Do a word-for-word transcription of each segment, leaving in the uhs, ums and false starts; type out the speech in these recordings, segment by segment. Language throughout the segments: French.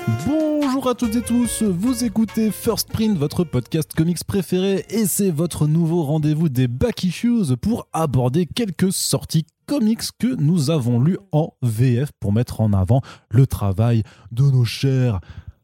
Bonjour à toutes et tous, vous écoutez First Print, votre podcast comics préféré, et c'est votre nouveau rendez-vous des Back Issues pour aborder quelques sorties comics que nous avons lus en V F pour mettre en avant le travail de nos chers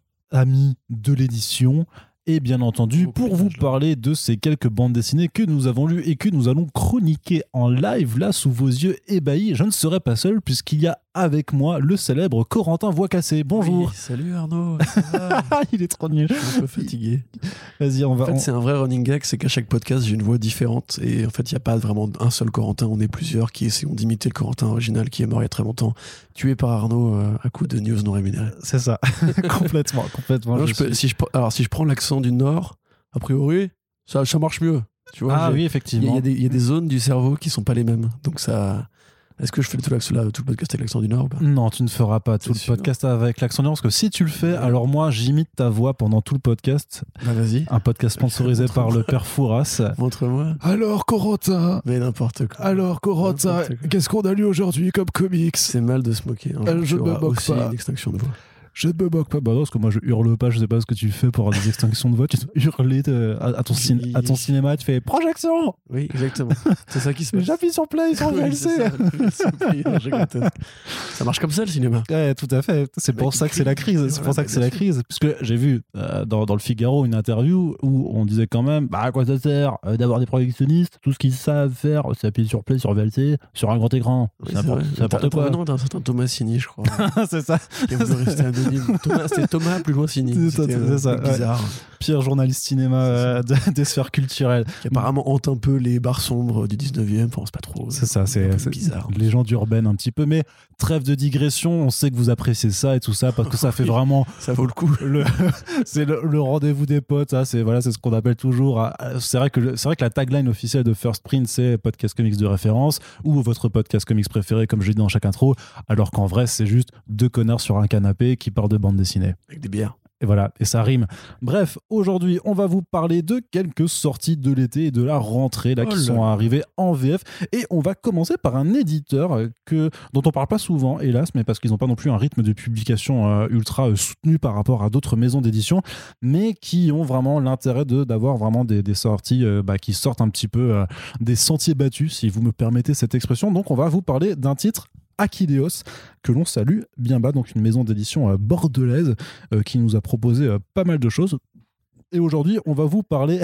amis de l'édition. Et bien entendu, pour vous parler de ces quelques bandes dessinées que nous avons lues et que nous allons chroniquer en live, là, sous vos yeux ébahis, je ne serai pas seul puisqu'il y a avec moi le célèbre Corentin Voix Cassée. Bonjour. Oui, salut Arnaud. Ça va? Il est trop nul. Je suis un peu fatigué. Vas-y, on va... En fait, on... c'est un vrai running gag, c'est qu'à chaque podcast, j'ai une voix différente. Et en fait, il n'y a pas vraiment un seul Corentin, on est plusieurs qui essayons d'imiter le Corentin original qui est mort il y a très longtemps, tué par Arnaud euh, à coup de news non rémunérées. C'est ça. complètement, complètement. Non, je je peux, suis... si je, alors, si je prends l'accent du Nord, a priori, ça, ça marche mieux. Tu vois, ah j'ai... oui, Il y, effectivement. y, y a des zones du cerveau qui sont pas les mêmes. Donc ça... Est-ce que je fais tout, là, tout le podcast avec l'accent du Nord ou pas? Non, tu ne feras pas tout C'est le podcast avec l'accent du Nord, parce que si tu le fais, alors moi, j'imite ta voix pendant tout le podcast. Bah vas-y. Un podcast sponsorisé par le père Fouras. Montre-moi. Alors Corentin, Mais n'importe quoi. alors Corentin, N'importe quoi. qu'est-ce qu'on a lu aujourd'hui comme comics? C'est mal de se moquer. Un Euh, jour, je tu me auras moque aussi pas. une extinction de voix. Je ne me moque pas, bah non, parce que moi je hurle pas, je sais pas ce que tu fais pour avoir des extinctions de voix, tu dois hurler de- à, à ton cin- à ton cinéma, tu fais projection, Oui, exactement. C'est ça qui se passe. j'appuie sur play sur le Oui, V L c'est C. ça, le V L C, oui, je rigole. Ça marche comme ça le cinéma. Ouais, tout à fait. C'est Le pour mec, ça il que c'est la crie. crise. C'est Voilà, pour ça bah, que c'est bien la sûr. crise. Puisque j'ai vu euh, dans, dans le Figaro une interview où on disait quand même, bah à quoi ça sert euh, d'avoir des projectionnistes? Tout ce qu'ils savent faire, c'est appuyer sur play sur V L C, sur un grand écran. Oui, c'est c'est n'importe vrai. c'est n'importe T'as- quoi. Non, d'un certain Thomas Signy, je crois. c'est ça. Qui a voulu rester anonyme. Thomas, c'était Thomas plus loin Signy. C'est ça, C'était c'est un ça, mec ouais. bizarre. Pire journaliste cinéma euh, de- des sphères culturelles. Qui apparemment hante un peu les bars sombres du dix-neuvième. Enfin, c'est pas trop. C'est ça, un c'est peu c'est bizarre. légende urbaine un petit peu. Mais trêve de digression, on sait que vous appréciez ça et tout ça parce que ça fait Oui. vraiment Ça vaut le coup. le c'est le, le rendez-vous des potes. Ça, c'est voilà, c'est ce qu'on appelle toujours. ah, C'est vrai que le- c'est vrai que la tagline officielle de First Print c'est podcast comics de référence ou votre podcast comics préféré, comme je l'ai dit dans chaque intro. Alors qu'en vrai, c'est juste deux connards sur un canapé qui parlent de bande dessinée. Avec des bières. Et voilà, et ça rime. Bref, aujourd'hui, on va vous parler de quelques sorties de l'été et de la rentrée là, Oh qui là sont là. arrivées en V F. Et on va commencer par un éditeur euh, que, dont on parle pas souvent, hélas, mais parce qu'ils n'ont pas non plus un rythme de publication euh, ultra euh, soutenu par rapport à d'autres maisons d'édition, mais qui ont vraiment l'intérêt de, d'avoir vraiment des, des sorties euh, bah, qui sortent un petit peu euh, des sentiers battus, si vous me permettez cette expression. Donc, on va vous parler d'un titre Akileos, que l'on salue bien bas, donc une maison d'édition euh, bordelaise euh, qui nous a proposé euh, pas mal de choses. Et aujourd'hui, on va vous parler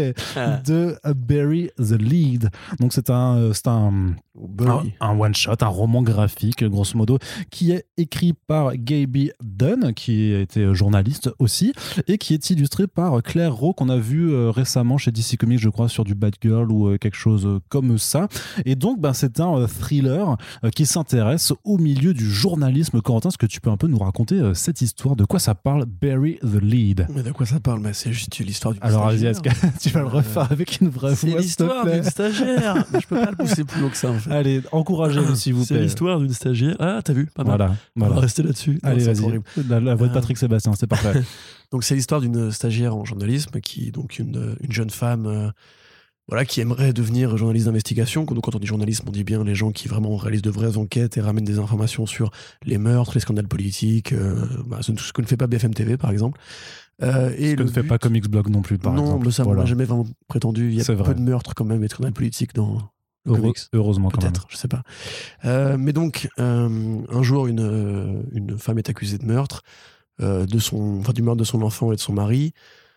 de Bury the Lead. Donc c'est un, euh, c'est un, un, un one-shot, un roman graphique, grosso modo, qui est écrit par Gaby Dunn, qui a été journaliste aussi, et qui est illustré par Claire Rowe, qu'on a vu euh, récemment chez D C Comics, je crois, sur du Batgirl ou euh, quelque chose comme ça. Et donc, ben, c'est un euh, thriller euh, qui s'intéresse au milieu du journalisme. Corentin, est-ce que tu peux un peu nous raconter euh, cette histoire? De quoi ça parle, Bury the Lead? Mais de quoi ça parle? Mais c'est juste l'histoire d'une Alors, vas-y, stagiaire. est-ce que tu vas le refaire avec une vraie C'est voix, s'il te l'histoire plaît? d'une stagiaire. Mais je peux pas le pousser plus haut que ça en fait. Allez, encouragez-le, s'il vous C'est plaît. l'histoire d'une stagiaire. Ah, t'as vu? Pas mal. Voilà, On va voilà. rester là-dessus. Non, Allez, c'est vas-y. horrible. La, la voix de Euh, Patrick Sébastien, c'est parfait. Donc c'est l'histoire d'une stagiaire en journalisme qui donc une, une jeune femme euh, voilà qui aimerait devenir journaliste d'investigation. Donc quand on dit journalisme, on dit bien les gens qui vraiment réalisent de vraies enquêtes et ramènent des informations sur les meurtres, les scandales politiques, euh, bah, ce ce que ne fait pas B F M T V par exemple. Euh, et Ce que le ne fait but- pas Comics Blog non plus, par non, exemple. mais ça on Voilà. n'a jamais vraiment prétendu. Il y a C'est peu vrai. de meurtres quand même et de scandales politiques dans le Heureux- comics. heureusement, quand même. Peut-être, je sais pas. Euh, mais donc, euh, un jour, une, euh, une femme est accusée de meurtre, euh, de son, enfin, du meurtre de son enfant et de son mari.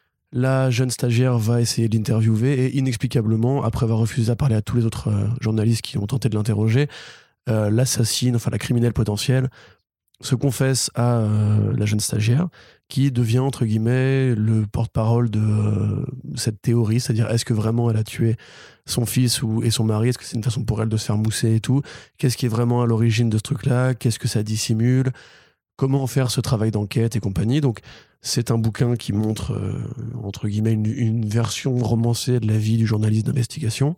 La jeune stagiaire va essayer de l'interviewer et inexplicablement, après avoir refusé à parler à tous les autres euh, journalistes qui ont tenté de l'interroger, euh, l'assassine, enfin la criminelle potentielle, se confesse à euh, la jeune stagiaire qui devient entre guillemets le porte-parole de euh, cette théorie, c'est-à-dire est-ce que vraiment elle a tué son fils ou, et son mari, est-ce que c'est une façon pour elle de se faire mousser et tout, qu'est-ce qui est vraiment à l'origine de ce truc-là, qu'est-ce que ça dissimule, comment faire ce travail d'enquête et compagnie. Donc c'est un bouquin qui montre euh, entre guillemets une, une version romancée de la vie du journaliste d'investigation,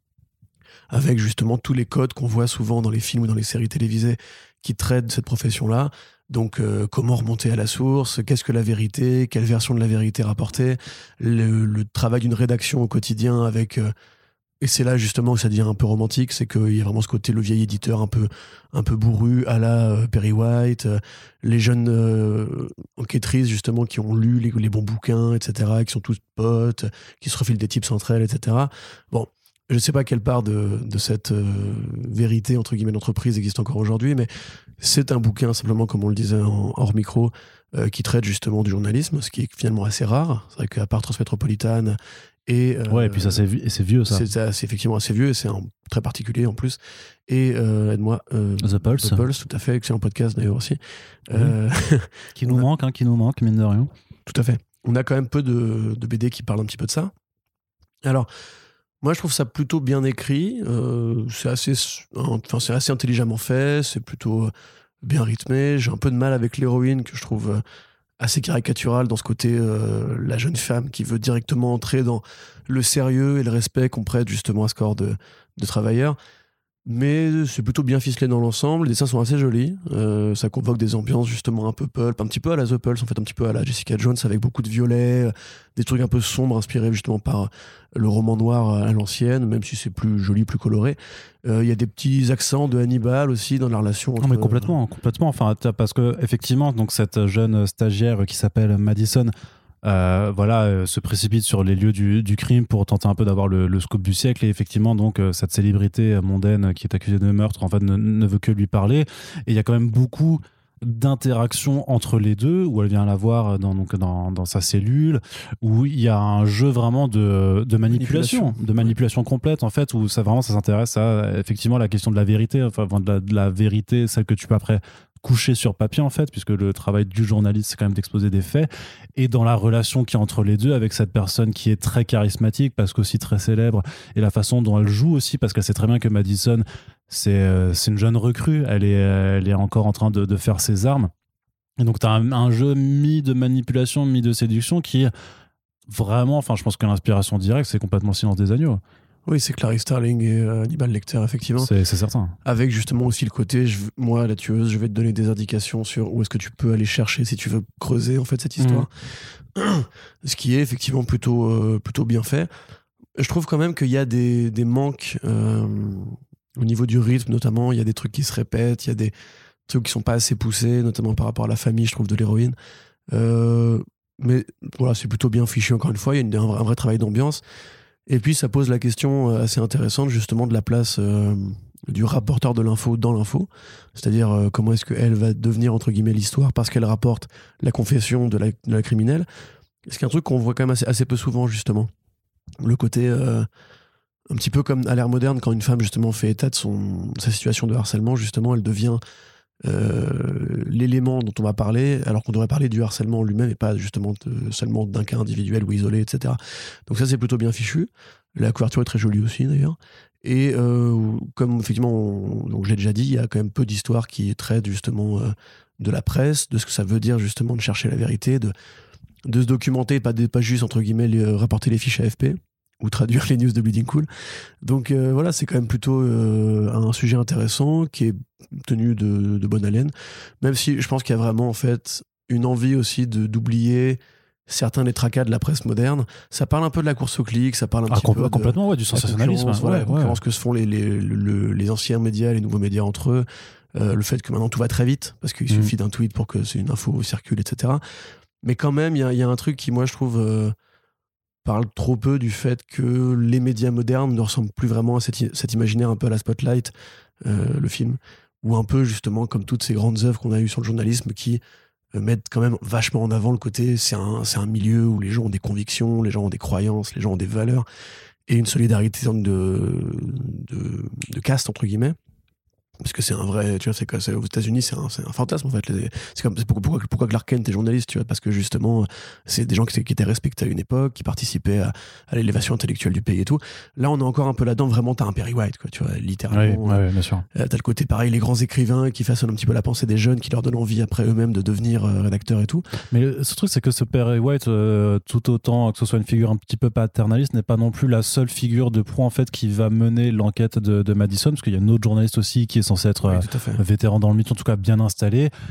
avec justement tous les codes qu'on voit souvent dans les films ou dans les séries télévisées qui traitent de cette profession-là. Donc, euh, comment remonter à la source, qu'est-ce que la vérité, quelle version de la vérité rapporter, le, le travail d'une rédaction au quotidien avec euh, Et c'est là justement que ça devient un peu romantique, c'est qu'il y a vraiment ce côté, le vieil éditeur un peu, un peu bourru à la euh, Perry White, euh, les jeunes euh, enquêtrices justement qui ont lu les, les bons bouquins, et cetera, qui sont tous potes, qui se refilent des tips entre elles, et cetera. Bon, je ne sais pas quelle part de, de cette euh, vérité, entre guillemets, d'entreprise existe encore aujourd'hui, mais c'est un bouquin, simplement, comme on le disait en, hors micro, euh, qui traite justement du journalisme, ce qui est finalement assez rare. C'est vrai qu'à part Transmétropolitane, Et, euh, ouais, et puis ça, c'est, vi- et c'est vieux, ça. C'est, c'est effectivement assez vieux, et c'est un, très particulier en plus. Et, euh, aide-moi. Euh, The Pulse. The Pulse, tout à fait, excellent podcast d'ailleurs aussi. Oui. Euh, Qui nous manque, hein, qui nous manque, mine de rien. tout à fait. On a quand même peu de, de B D qui parlent un petit peu de ça. Alors, moi, je trouve ça plutôt bien écrit. Euh, c'est, assez, enfin, c'est assez intelligemment fait, c'est plutôt bien rythmé. J'ai un peu de mal avec l'héroïne que je trouve assez caricatural dans ce côté euh, la jeune femme qui veut directement entrer dans le sérieux et le respect qu'on prête justement à ce corps de, de travailleurs. Mais c'est plutôt bien ficelé dans l'ensemble, les dessins sont assez jolis, euh, ça convoque des ambiances justement un peu pulp, un petit peu à la The Pulse, en fait un petit peu à la Jessica Jones avec beaucoup de violets, des trucs un peu sombres inspirés justement par le roman noir à l'ancienne, même si c'est plus joli, plus coloré. Il euh, y a des petits accents de Hannibal aussi dans la relation entre... Non mais complètement, complètement. Enfin, parce que effectivement, donc cette jeune stagiaire qui s'appelle Madison, euh, voilà, euh, se précipite sur les lieux du, du crime pour tenter un peu d'avoir le, le scoop du siècle. Et effectivement, donc euh, cette célébrité mondaine qui est accusée de meurtre, en fait, ne, ne veut que lui parler. Et il y a quand même beaucoup d'interaction entre les deux, où elle vient la voir dans, donc dans, dans sa cellule, où il y a un jeu vraiment de, de manipulation, manipulation, de manipulation complète en fait, où ça vraiment ça s'intéresse à effectivement la question de la vérité, enfin de la, de la vérité, celle que tu peux après coucher sur papier en fait, puisque le travail du journaliste c'est quand même d'exposer des faits, et dans la relation qui est entre les deux avec cette personne qui est très charismatique parce qu'aussi très célèbre, et la façon dont elle joue aussi, parce qu'elle sait très bien que Madison c'est, euh, c'est une jeune recrue, elle est, elle est encore en train de, de faire ses armes, et donc tu as un, un jeu mi de manipulation, mi de séduction qui vraiment, enfin je pense que l'inspiration directe c'est complètement Silence des agneaux. Oui, c'est Clarice Starling et euh, Hannibal Lecter, effectivement. C'est, c'est certain. Avec justement aussi le côté, je, moi, la tueuse, je vais te donner des indications sur où est-ce que tu peux aller chercher si tu veux creuser en fait cette histoire. Mmh. Ce qui est effectivement plutôt, euh, plutôt bien fait. Je trouve quand même qu'il y a des, des manques euh, au niveau du rythme, notamment. Il y a des trucs qui se répètent, il y a des trucs qui sont pas assez poussés, notamment par rapport à la famille, je trouve, de l'héroïne. Euh, mais voilà, c'est plutôt bien fichu, encore une fois. Il y a une, un, vrai, un vrai travail d'ambiance. Et puis ça pose la question assez intéressante justement de la place euh, du rapporteur de l'info dans l'info, c'est-à-dire euh, comment est-ce qu'elle va devenir entre guillemets l'histoire parce qu'elle rapporte la confession de la, de la criminelle. C'est un truc qu'on voit quand même assez, assez peu souvent justement. Le côté euh, un petit peu comme à l'ère moderne quand une femme justement fait état de son, sa situation de harcèlement, justement elle devient Euh, l'élément dont on va parler alors qu'on devrait parler du harcèlement lui-même et pas justement de, seulement d'un cas individuel ou isolé, et cetera. Donc ça c'est plutôt bien fichu, la couverture est très jolie aussi d'ailleurs, et euh, comme effectivement on, donc je l'ai déjà dit, il y a quand même peu d'histoires qui traitent justement euh, de la presse, de ce que ça veut dire justement de chercher la vérité, de, de se documenter, pas, de, pas juste entre guillemets les, rapporter les fiches A F P ou traduire les news de Bleeding Cool. Donc euh, voilà, c'est quand même plutôt euh, un sujet intéressant qui est tenu de, de bonne haleine, même si je pense qu'il y a vraiment en fait une envie aussi de, d'oublier certains des tracas de la presse moderne. Ça parle un peu de la course au clic, ça parle un ah, petit compl- peu de complètement, ouais, du sensationnalisme. Voilà, ouais, la concurrence ouais. que se font les, les, les, les anciens médias, les nouveaux médias entre eux, euh, le fait que maintenant tout va très vite, parce qu'il mmh. suffit d'un tweet pour que c'est une info circule, et cetera. Mais quand même, il y, y a un truc qui, moi, je trouve... Euh, parle trop peu du fait que les médias modernes ne ressemblent plus vraiment à cet, cet imaginaire un peu à la Spotlight, euh, le film, ou un peu justement comme toutes ces grandes œuvres qu'on a eues sur le journalisme qui euh, mettent quand même vachement en avant le côté c'est un, c'est un milieu où les gens ont des convictions, les gens ont des croyances, les gens ont des valeurs et une solidarité de, de, de caste entre guillemets. Parce que c'est un vrai, tu vois, c'est, c'est aux États-Unis, c'est un, c'est un fantasme en fait. Les, c'est comme c'est pourquoi, pourquoi, pourquoi Clark Kent est journaliste, tu vois, parce que justement, c'est des gens qui, qui étaient respectés à une époque, qui participaient à, à l'élévation intellectuelle du pays et tout. Là, on est encore un peu là-dedans. Vraiment, t'as un Perry White, quoi, tu vois, littéralement. Oui, ouais, bien sûr. Euh, t'as le côté pareil, les grands écrivains qui façonnent un petit peu la pensée des jeunes, qui leur donnent envie après eux-mêmes de devenir euh, rédacteurs et tout. Mais le, ce truc, c'est que ce Perry White, euh, tout autant que ce soit une figure un petit peu paternaliste, n'est pas non plus la seule figure de proue en fait qui va mener l'enquête de, de Madison, parce qu'il y a une autre journaliste aussi qui est censée être. Oui, euh, vétéran dans le mythe, en tout cas bien installé,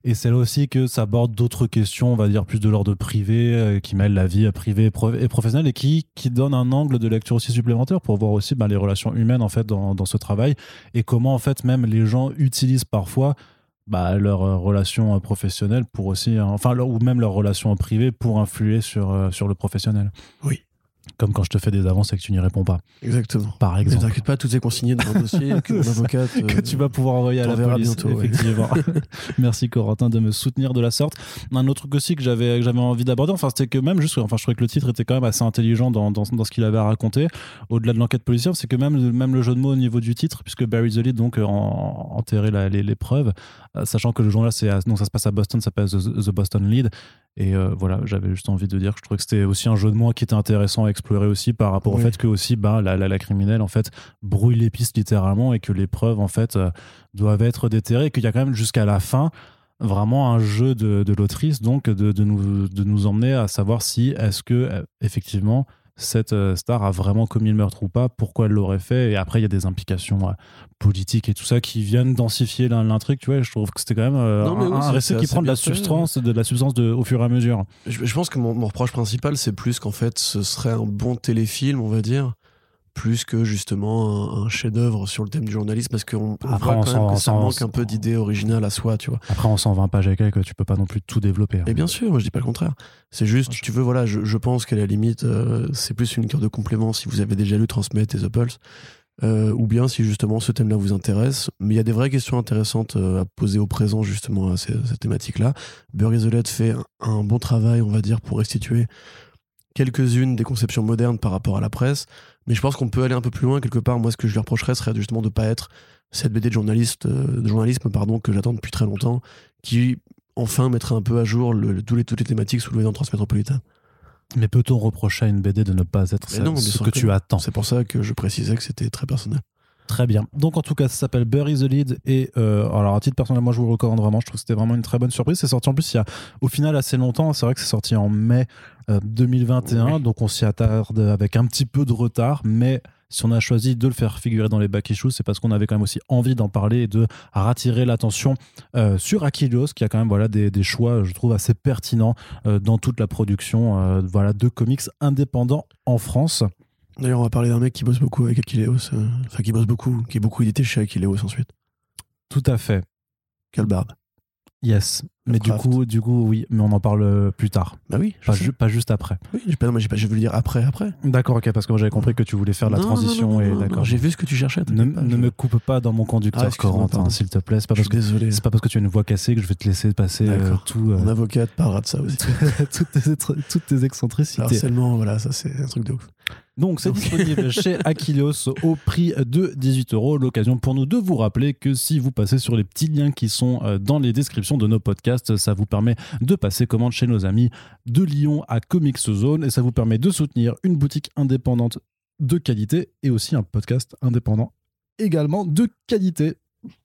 Et c'est là aussi que ça aborde d'autres questions, on va dire plus de l'ordre privé, euh, qui mêlent la vie privée et, pro- et professionnelle et qui, qui donne un angle de lecture aussi supplémentaire pour voir aussi bah, les relations humaines en fait dans, dans ce travail et comment en fait même les gens utilisent parfois bah, leurs euh, relations euh, professionnelles pour aussi, euh, enfin leur- ou même leurs relations privées pour influer sur, euh, sur le professionnel. Oui. Comme quand je te fais des avances et que tu n'y réponds pas, Exactement. par Ne exemple. t'inquiète pas, tout est consigné dans un dossier que mon avocate. euh, Que tu vas pouvoir envoyer à la t'enverra police bientôt, ouais. effectivement. Merci Corentin de me soutenir de la sorte. Un autre truc aussi que j'avais que j'avais envie d'aborder, enfin c'était que même juste enfin je trouvais que le titre était quand même assez intelligent dans, dans, dans ce qu'il avait à raconter au-delà de l'enquête policière, c'est que même même le jeu de mots au niveau du titre, puisque Bury the Lead donc en, enterrer la, les, les preuves, euh, sachant que le journal c'est à- donc ça se passe à Boston, ça s'appelle The, The Boston Lead. Et euh, voilà, j'avais juste envie de dire que je trouvais que c'était aussi un jeu de mots qui était intéressant à explorer aussi par rapport Oui. au fait que aussi bah, la, la, la criminelle en fait brouille les pistes littéralement et que les preuves en fait euh, doivent être déterrées et qu'il y a quand même jusqu'à la fin vraiment un jeu de, de l'autrice donc de, de, nous, de nous emmener à savoir si est-ce que euh, effectivement cette euh, star a vraiment commis le meurtre ou pas, pourquoi elle l'aurait fait, et après il y a des implications euh, politiques et tout ça qui viennent densifier l'in- l'intrigue, tu vois. Je trouve que c'était quand même euh, Non, mais un, oui, un c'est- récit c'est qui assez prend de la bien fait, substance, de la substance de, au fur et à mesure. Je, je pense que mon, mon reproche principal, c'est plus qu'en fait, ce serait un bon téléfilm, on va dire, plus que justement un, un chef-d'œuvre sur le thème du journalisme, parce qu'on on Après, voit on quand même s'en- que ça s'en- manque un peu d'idées originales à soi, tu vois. Après en cent vingt pages et quelques, tu peux pas non plus tout développer. hein. Et bien sûr, moi je dis pas le contraire. C'est juste, tu veux, voilà, je, je pense qu'à la limite, euh, c'est plus une cure de complément si vous avez déjà lu Transmettre et The Pulse, euh, ou bien si justement ce thème-là vous intéresse. Mais il y a des vraies questions intéressantes euh, à poser au présent justement à ces- cette thématique-là. Bury the Lead fait un, un bon travail, on va dire, pour restituer quelques-unes des conceptions modernes par rapport à la presse, mais je pense qu'on peut aller un peu plus loin quelque part. Moi, ce que je lui reprocherais serait justement de ne pas être cette B D de, journaliste, euh, de journalisme pardon, que j'attends depuis très longtemps, qui enfin mettrait un peu à jour le, le- tous les, toutes les thématiques soulevées dans Transmétropolitain. Mais peut-on reprocher à une B D de ne pas être Mais ce, non, bien ce sûr que que tu non. attends? C'est pour ça que je précisais que c'était très personnel. Très bien. Donc en tout cas, ça s'appelle Bury the Lead et euh, alors à titre personnel, moi je vous le recommande vraiment. Je trouve que c'était vraiment une très bonne surprise. C'est sorti en plus il y a au final assez longtemps. C'est vrai que c'est sorti en mai euh, deux mille vingt et un, Oui. donc on s'y attarde avec un petit peu de retard, mais si on a choisi de le faire figurer dans les back issues, c'est parce qu'on avait quand même aussi envie d'en parler et de rattirer l'attention euh, sur Achilles, qui a quand même voilà, des, des choix, je trouve, assez pertinents euh, dans toute la production euh, voilà, de comics indépendants en France. D'ailleurs, on va parler d'un mec qui bosse beaucoup avec Achilleos, euh, enfin qui bosse beaucoup, qui est beaucoup édité chez Achilleos ensuite. Tout à fait. Quelle barbe. Yes. Mais du Lovecraft. coup, du coup, oui, mais on en parle plus tard. Bah oui, je Pas, sais. ju- pas juste après. Oui, j'ai pas, non, mais j'ai pas, je veux le dire après, après. D'accord, ok, parce que moi j'avais compris que tu voulais faire la Non, non, transition non, non, et non, d'accord. non, j'ai vu ce que tu cherchais. Ne, t'inquiète pas, ne je- me coupe pas dans mon Ah, conducteur, excuse-moi, Corentin, pardon. s'il te plaît. C'est pas, Je parce suis que, désolé. c'est pas parce que tu as une voix cassée que je vais te laisser passer euh, D'accord. tout, euh, Mon avocate parlera de ça aussi. toutes, tes, toutes tes Le excentricités. harcèlement, voilà, ça c'est un truc de ouf. Donc c'est Donc- disponible chez Achilleos au prix de dix-huit euros. L'occasion pour nous de vous rappeler que si vous passez sur les petits liens qui sont euh, dans les descriptions de nos podcasts, ça vous permet de passer commande chez nos amis de Lyon à Comics Zone et ça vous permet de soutenir une boutique indépendante de qualité et aussi un podcast indépendant également de qualité.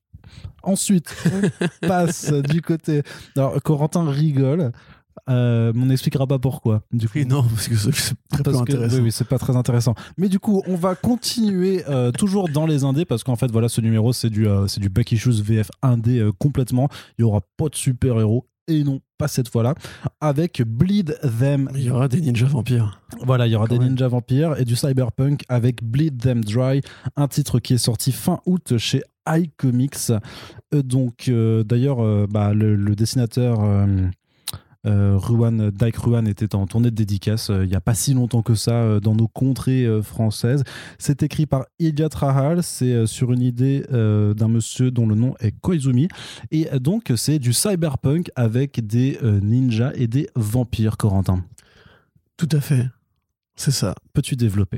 Ensuite, on passe du côté... Alors, Corentin rigole. Euh, mais on n'expliquera pas pourquoi. Du coup, Oui, non, parce que c'est c'est très peu parce que, intéressant. oui, oui, c'est pas très intéressant. Mais du coup, on va continuer euh, toujours dans les indés parce qu'en fait, voilà, ce numéro, c'est du, euh, c'est du Back Issues V F indé euh, complètement. Il y aura pas de super-héros. Et non, pas cette fois-là. Avec Bleed Them. Il y aura des ninjas vampires. Voilà, il y aura Quand des même. ninjas vampires et du cyberpunk avec Bleed Them Dry, un titre qui est sorti fin août chez iComics. Euh, donc, euh, d'ailleurs, euh, bah, le, le dessinateur. Euh, Euh, Ruan, Dyke Ruan était en tournée de dédicace euh, il n'y a pas si longtemps que ça euh, dans nos contrées euh, françaises. C'est écrit par Eliot Rahal, c'est euh, sur une idée euh, d'un monsieur dont le nom est Koizumi et euh, donc c'est du cyberpunk avec des euh, ninjas et des vampires. Corentin, Tout à fait. C'est ça. peux-tu développer?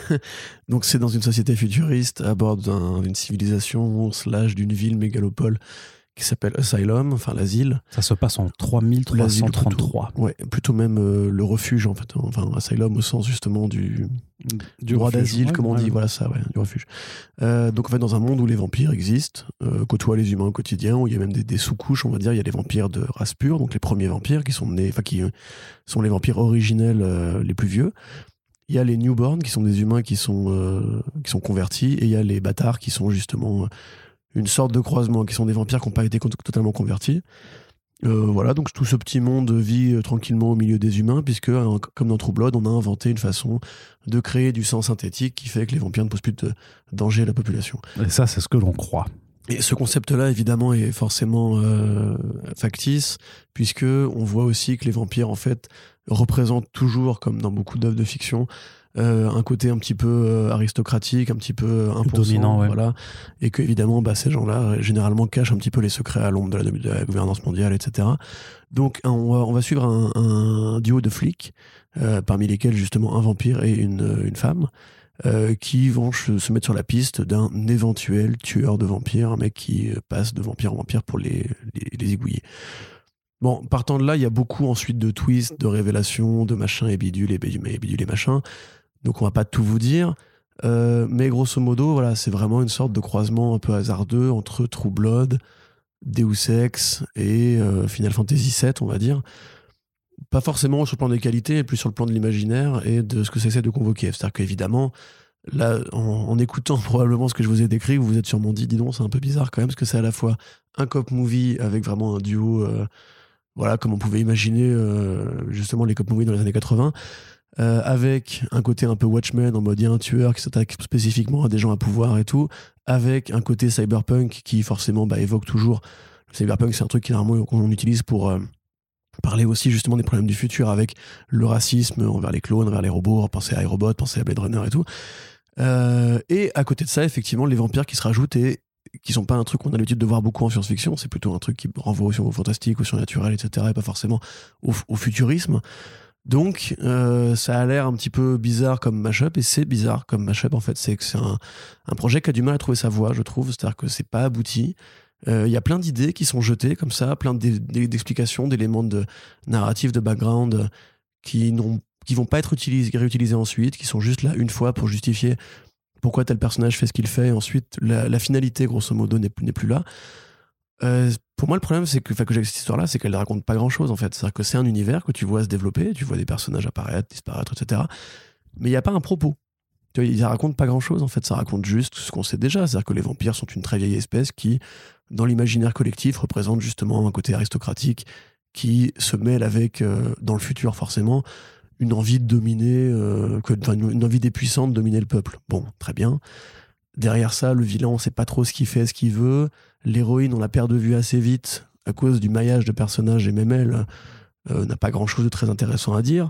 Donc c'est dans une société futuriste à bord d'un- d'une civilisation slash d'une ville mégalopole qui s'appelle Asylum, enfin l'asile. Ça se passe en trois mille trois cent trente-trois. Plutôt, ouais, plutôt même euh, le refuge en fait. Enfin Asylum au sens justement du, du droit refuge, d'asile, ouais, comme on ouais. dit, voilà ça, ouais, du refuge. Euh, donc en fait dans un monde où les vampires existent, euh, côtoient les humains au quotidien, où il y a même des, des sous-couches, on va dire, il y a les vampires de race pure, donc les premiers vampires qui sont nés, enfin qui euh, sont les vampires originels euh, les plus vieux. Il y a les newborns qui sont des humains qui sont, euh, qui sont convertis, et il y a les bâtards qui sont justement euh, une sorte de croisement, qui sont des vampires qui n'ont pas été co- totalement convertis. Euh, voilà, donc tout ce petit monde vit euh, tranquillement au milieu des humains, puisque, euh, comme dans True Blood, on a inventé une façon de créer du sang synthétique qui fait que les vampires ne posent plus de danger à la population. Et ça, c'est ce que l'on croit. Et ce concept-là, évidemment, est forcément euh, factice, puisque on voit aussi que les vampires, en fait, représentent toujours, comme dans beaucoup d'œuvres de fiction, euh, un côté un petit peu euh, aristocratique, un petit peu imposant, dominant, ouais. voilà, et que évidemment, bah, ces gens-là généralement cachent un petit peu les secrets à l'ombre de la, de la gouvernance mondiale, et cetera. Donc, on va, on va suivre un, un duo de flics, euh, parmi lesquels justement un vampire et une, une femme. Euh, qui vont se, se mettre sur la piste d'un éventuel tueur de vampires, un mec qui euh, passe de vampire en vampire pour les, les, les égouiller. Bon, partant de là, il y a beaucoup ensuite de twists, de révélations, de machins et bidules et bidules et bidules et machins. Donc on va pas tout vous dire. Euh, mais grosso modo, voilà, c'est vraiment une sorte de croisement un peu hasardeux entre True Blood, Deus Ex et euh, Final Fantasy sept, on va dire. Pas forcément sur le plan des qualités, mais plus sur le plan de l'imaginaire et de ce que ça essaie de convoquer. C'est-à-dire qu'évidemment, là, en, en écoutant probablement ce que je vous ai décrit, vous vous êtes sûrement dit, dis donc, c'est un peu bizarre quand même, parce que c'est à la fois un cop movie avec vraiment un duo, euh, voilà, comme on pouvait imaginer euh, justement les cop movies dans les années quatre-vingts, euh, avec un côté un peu Watchmen, en mode il y a un tueur qui s'attaque spécifiquement à des gens à pouvoir et tout, avec un côté cyberpunk qui forcément bah, évoque toujours. Le cyberpunk, c'est un truc qui normalement qu'on utilise pour euh, parler aussi justement des problèmes du futur, avec le racisme envers les clones, envers les robots, penser à iRobot, penser à Blade Runner et tout. Euh, et à côté de ça, effectivement, les vampires qui se rajoutent et qui sont pas un truc qu'on a l'habitude de voir beaucoup en science-fiction, c'est plutôt un truc qui renvoie aussi au fantastique, au surnaturel, et cetera, et pas forcément au, au futurisme. Donc, euh, ça a l'air un petit peu bizarre comme mashup, et c'est bizarre comme mashup en fait. C'est que c'est un, un projet qui a du mal à trouver sa voie, je trouve. C'est-à-dire que c'est pas abouti. Il euh, y a plein d'idées qui sont jetées comme ça, plein d'explications, d'éléments de narratifs, de background qui n'ont qui vont pas être utilisés, réutilisés ensuite, qui sont juste là une fois pour justifier pourquoi tel personnage fait ce qu'il fait, et ensuite la, la finalité, grosso modo, n'est plus, n'est plus là. Euh, pour moi, le problème, c'est que, enfin, que j'ai avec cette histoire-là, c'est qu'elle ne raconte pas grand-chose, en fait. C'est-à-dire que c'est un univers que tu vois se développer, tu vois des personnages apparaître, disparaître, et cetera. Mais il n'y a pas un propos. Tu vois, il ne raconte pas grand-chose, en fait. Ça raconte juste ce qu'on sait déjà. C'est-à-dire que les vampires sont une très vieille espèce qui, dans l'imaginaire collectif, représente justement un côté aristocratique qui se mêle avec, euh, dans le futur, forcément, une envie de dominer, euh, que, une, une envie des puissants de dominer le peuple. Bon, très bien. Derrière ça, le vilain, on ne sait pas trop ce qu'il fait, ce qu'il veut. L'héroïne, on la perd de vue assez vite à cause du maillage de personnages, et même elle euh, n'a pas grand-chose de très intéressant à dire.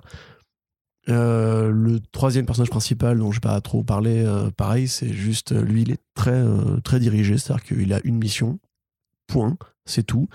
Euh, le troisième personnage principal, dont je ne vais pas trop parler, euh, pareil, c'est juste, lui, il est très, euh, très dirigé, c'est-à-dire qu'il a une mission, point, c'est tout.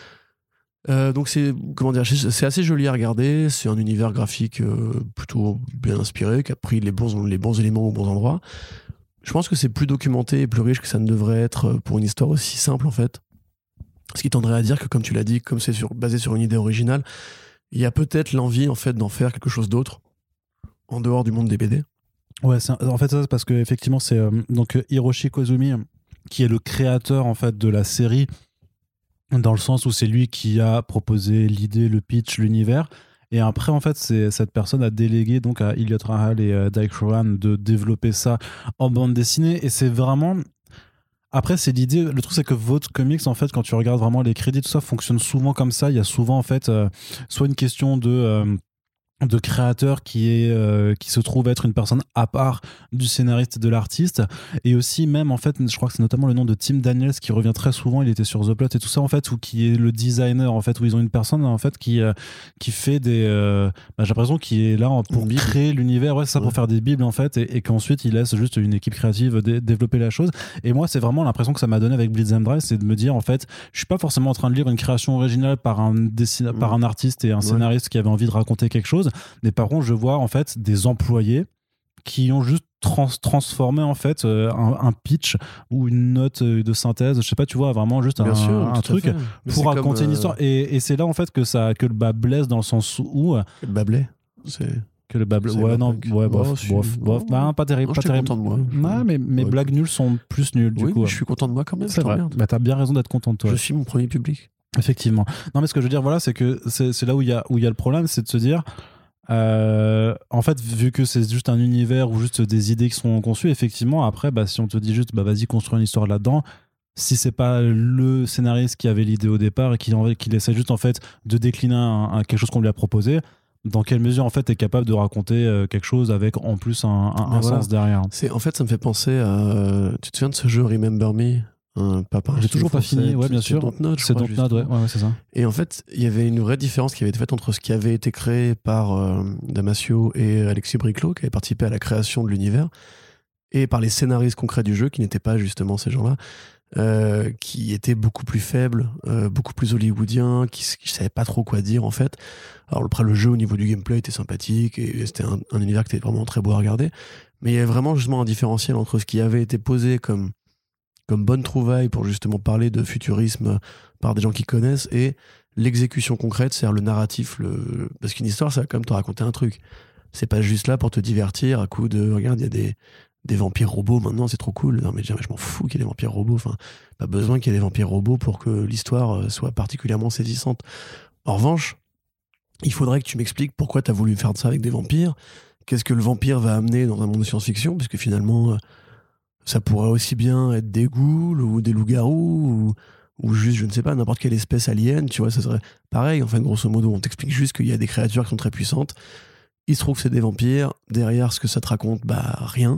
Euh, donc c'est comment dire, c'est assez joli à regarder, c'est un univers graphique euh, plutôt bien inspiré, qui a pris les bons, les bons éléments aux bons endroits. Je pense que c'est plus documenté et plus riche que ça ne devrait être pour une histoire aussi simple en fait. Ce qui tendrait à dire que, comme tu l'as dit, comme c'est sur, basé sur une idée originale, il y a peut-être l'envie en fait d'en faire quelque chose d'autre en dehors du monde des B D. Ouais, c'est, en fait, c'est parce que effectivement, c'est euh, donc Hiroshi Koizumi qui est le créateur en fait de la série, dans le sens où c'est lui qui a proposé l'idée, le pitch, l'univers. Et après, en fait, c'est, cette personne a délégué donc à Elliot Rahal et euh, Dike Rowan de développer ça en bande dessinée. Et c'est vraiment... Après, c'est l'idée... Le truc, c'est que votre comics, en fait, quand tu regardes vraiment les crédits, tout ça fonctionne souvent comme ça. Il y a souvent, en fait, euh, soit une question de... Euh, de créateur qui est euh, qui se trouve être une personne à part du scénariste et de l'artiste, et aussi même en fait je crois que c'est notamment le nom de Tim Daniels qui revient très souvent, il était sur The Plot et tout ça en fait, ou qui est le designer en fait, où ils ont une personne en fait qui euh, qui fait des euh, bah, j'ai l'impression qu'il est là pour créer l'univers, ouais c'est ça, ouais. Pour faire des bibles en fait, et, et qu'ensuite il laisse juste une équipe créative dé- développer la chose. Et moi c'est vraiment l'impression que ça m'a donné avec Blitz and Drive, c'est de me dire en fait je suis pas forcément en train de lire une création originale par un dessin- mmh. par un artiste et un scénariste ouais. qui avait envie de raconter quelque chose, mais par contre je vois en fait des employés qui ont juste trans- transformé en fait euh, un, un pitch ou une note de synthèse, je sais pas, tu vois, vraiment juste un, sûr, un truc pour raconter comme, une histoire, euh... et, et c'est là en fait que ça que le bas blesse, dans le sens où que le bas blesse, c'est que le bas blesse, ouais non ouais bof oh, bof bof oh, bah, pas terrible, non, pas je terrible. Content de moi. Non, mais mes ouais, blagues nulles sont plus nulles du oui, coup. Mais je suis content de moi quand même. C'est vrai. Bah t'as bien raison d'être content de toi. Je suis mon premier public. Effectivement. Non mais ce que je veux dire voilà, c'est que c'est, c'est là où il y a où il y a le problème, c'est de se dire Euh, en fait, vu que c'est juste un univers ou juste des idées qui sont conçues, effectivement, après, bah, si on te dit juste, bah, vas-y, construis une histoire là-dedans, si c'est pas le scénariste qui avait l'idée au départ et qui qu'il essaie juste en fait de décliner un, un, quelque chose qu'on lui a proposé, dans quelle mesure en fait t'es capable de raconter euh, quelque chose avec en plus un, un, un voilà. sens derrière. C'est, en fait, ça me fait penser à... Euh, tu te souviens de ce jeu Remember Me, un papa, J'ai toujours pas français, fini, ouais, bien c'est sûr. Dontnod, je C'est crois, Dontnod, ouais, justement. ouais, ouais, c'est ça. Et en fait, il y avait une vraie différence qui avait été faite entre ce qui avait été créé par euh, Damasio et Alexis Briclot, qui avaient participé à la création de l'univers, et par les scénaristes concrets du jeu, qui n'étaient pas justement ces gens-là, euh, qui étaient beaucoup plus faibles, euh, beaucoup plus hollywoodiens, qui ne savaient pas trop quoi dire en fait. Alors après, le jeu au niveau du gameplay était sympathique, et c'était un, un univers qui était vraiment très beau à regarder, mais il y avait vraiment justement un différentiel entre ce qui avait été posé comme, comme bonne trouvaille pour justement parler de futurisme par des gens qui connaissent, et l'exécution concrète, c'est-à-dire le narratif, le... parce qu'une histoire, ça va quand même te raconter un truc. C'est pas juste là pour te divertir à coup de regarde, il y a des, des vampires robots maintenant, c'est trop cool. Non, mais je m'en fous qu'il y ait des vampires robots. Enfin, pas besoin qu'il y ait des vampires robots pour que l'histoire soit particulièrement saisissante. En revanche, il faudrait que tu m'expliques pourquoi tu as voulu faire ça avec des vampires. Qu'est-ce que le vampire va amener dans un monde de science-fiction? Parce que finalement, ça pourrait aussi bien être des ghouls ou des loups-garous ou, ou juste, je ne sais pas, n'importe quelle espèce alien. Tu vois, ça serait pareil. Enfin, grosso modo, on t'explique juste qu'il y a des créatures qui sont très puissantes. Il se trouve que c'est des vampires. Derrière, ce que ça te raconte, bah rien.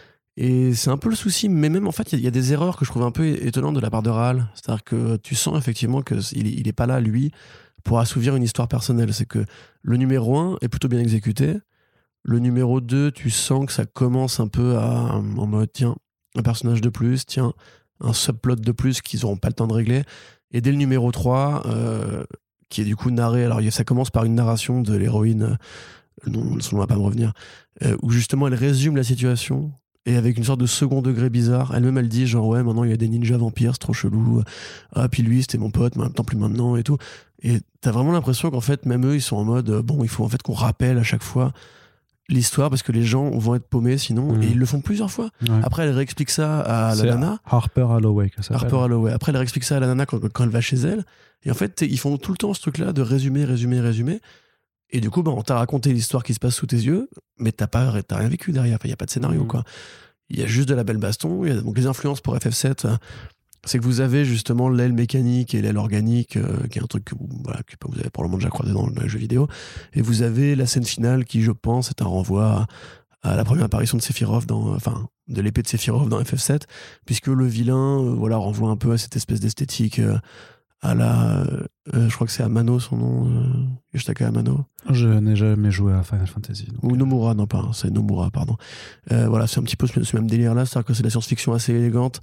Et c'est un peu le souci. Mais même, en fait, il y, y a des erreurs que je trouve un peu étonnantes de la part de Rahal. C'est-à-dire que tu sens effectivement qu'il il est pas là, lui, pour assouvir une histoire personnelle. C'est que le numéro un est plutôt bien exécuté. Le numéro deux, tu sens que ça commence un peu à, en mode, tiens, un personnage de plus, tiens, un subplot de plus qu'ils n'auront pas le temps de régler. Et dès le numéro trois, euh, qui est du coup narré, alors ça commence par une narration de l'héroïne, non, son nom va pas me revenir, euh, où justement elle résume la situation, et avec une sorte de second degré bizarre, elle-même elle dit genre ouais, maintenant il y a des ninjas vampires, c'est trop chelou, ah puis lui c'était mon pote, mais en même temps plus maintenant et tout. Et t'as vraiment l'impression qu'en fait même eux ils sont en mode, bon il faut en fait qu'on rappelle à chaque fois l'histoire parce que les gens vont être paumés sinon, mmh. et ils le font plusieurs fois. Ouais. Après elle réexplique ça à c'est la nana. Harper Holloway que ça Harper Holloway. Après elle réexplique ça à la nana quand, quand elle va chez elle. Et en fait ils font tout le temps ce truc-là de résumer, résumer, résumer. Et du coup, bah, on t'a raconté l'histoire qui se passe sous tes yeux, mais t'as pas, t'as rien vécu derrière. Il n'y a pas de scénario, mmh. quoi. Il y a juste de la belle baston. Il y a donc les influences pour F F sept. C'est que vous avez justement l'aile mécanique et l'aile organique, euh, qui est un truc que vous, voilà, que vous avez probablement déjà croisé dans le jeu vidéo. Et vous avez la scène finale qui, je pense, est un renvoi à, à la première apparition de Sephiroth dans, enfin, de l'épée de Sephiroth dans F F sept, puisque le vilain, euh, voilà, renvoie un peu à cette espèce d'esthétique. Euh, à la euh, je crois que c'est Amano son nom, euh, Yoshtaka Amano. Je n'ai jamais joué à Final Fantasy donc... ou Nomura, non pas c'est Nomura pardon. Euh, voilà, c'est un petit peu ce, ce même délire là, c'est-à-dire que c'est de la science-fiction assez élégante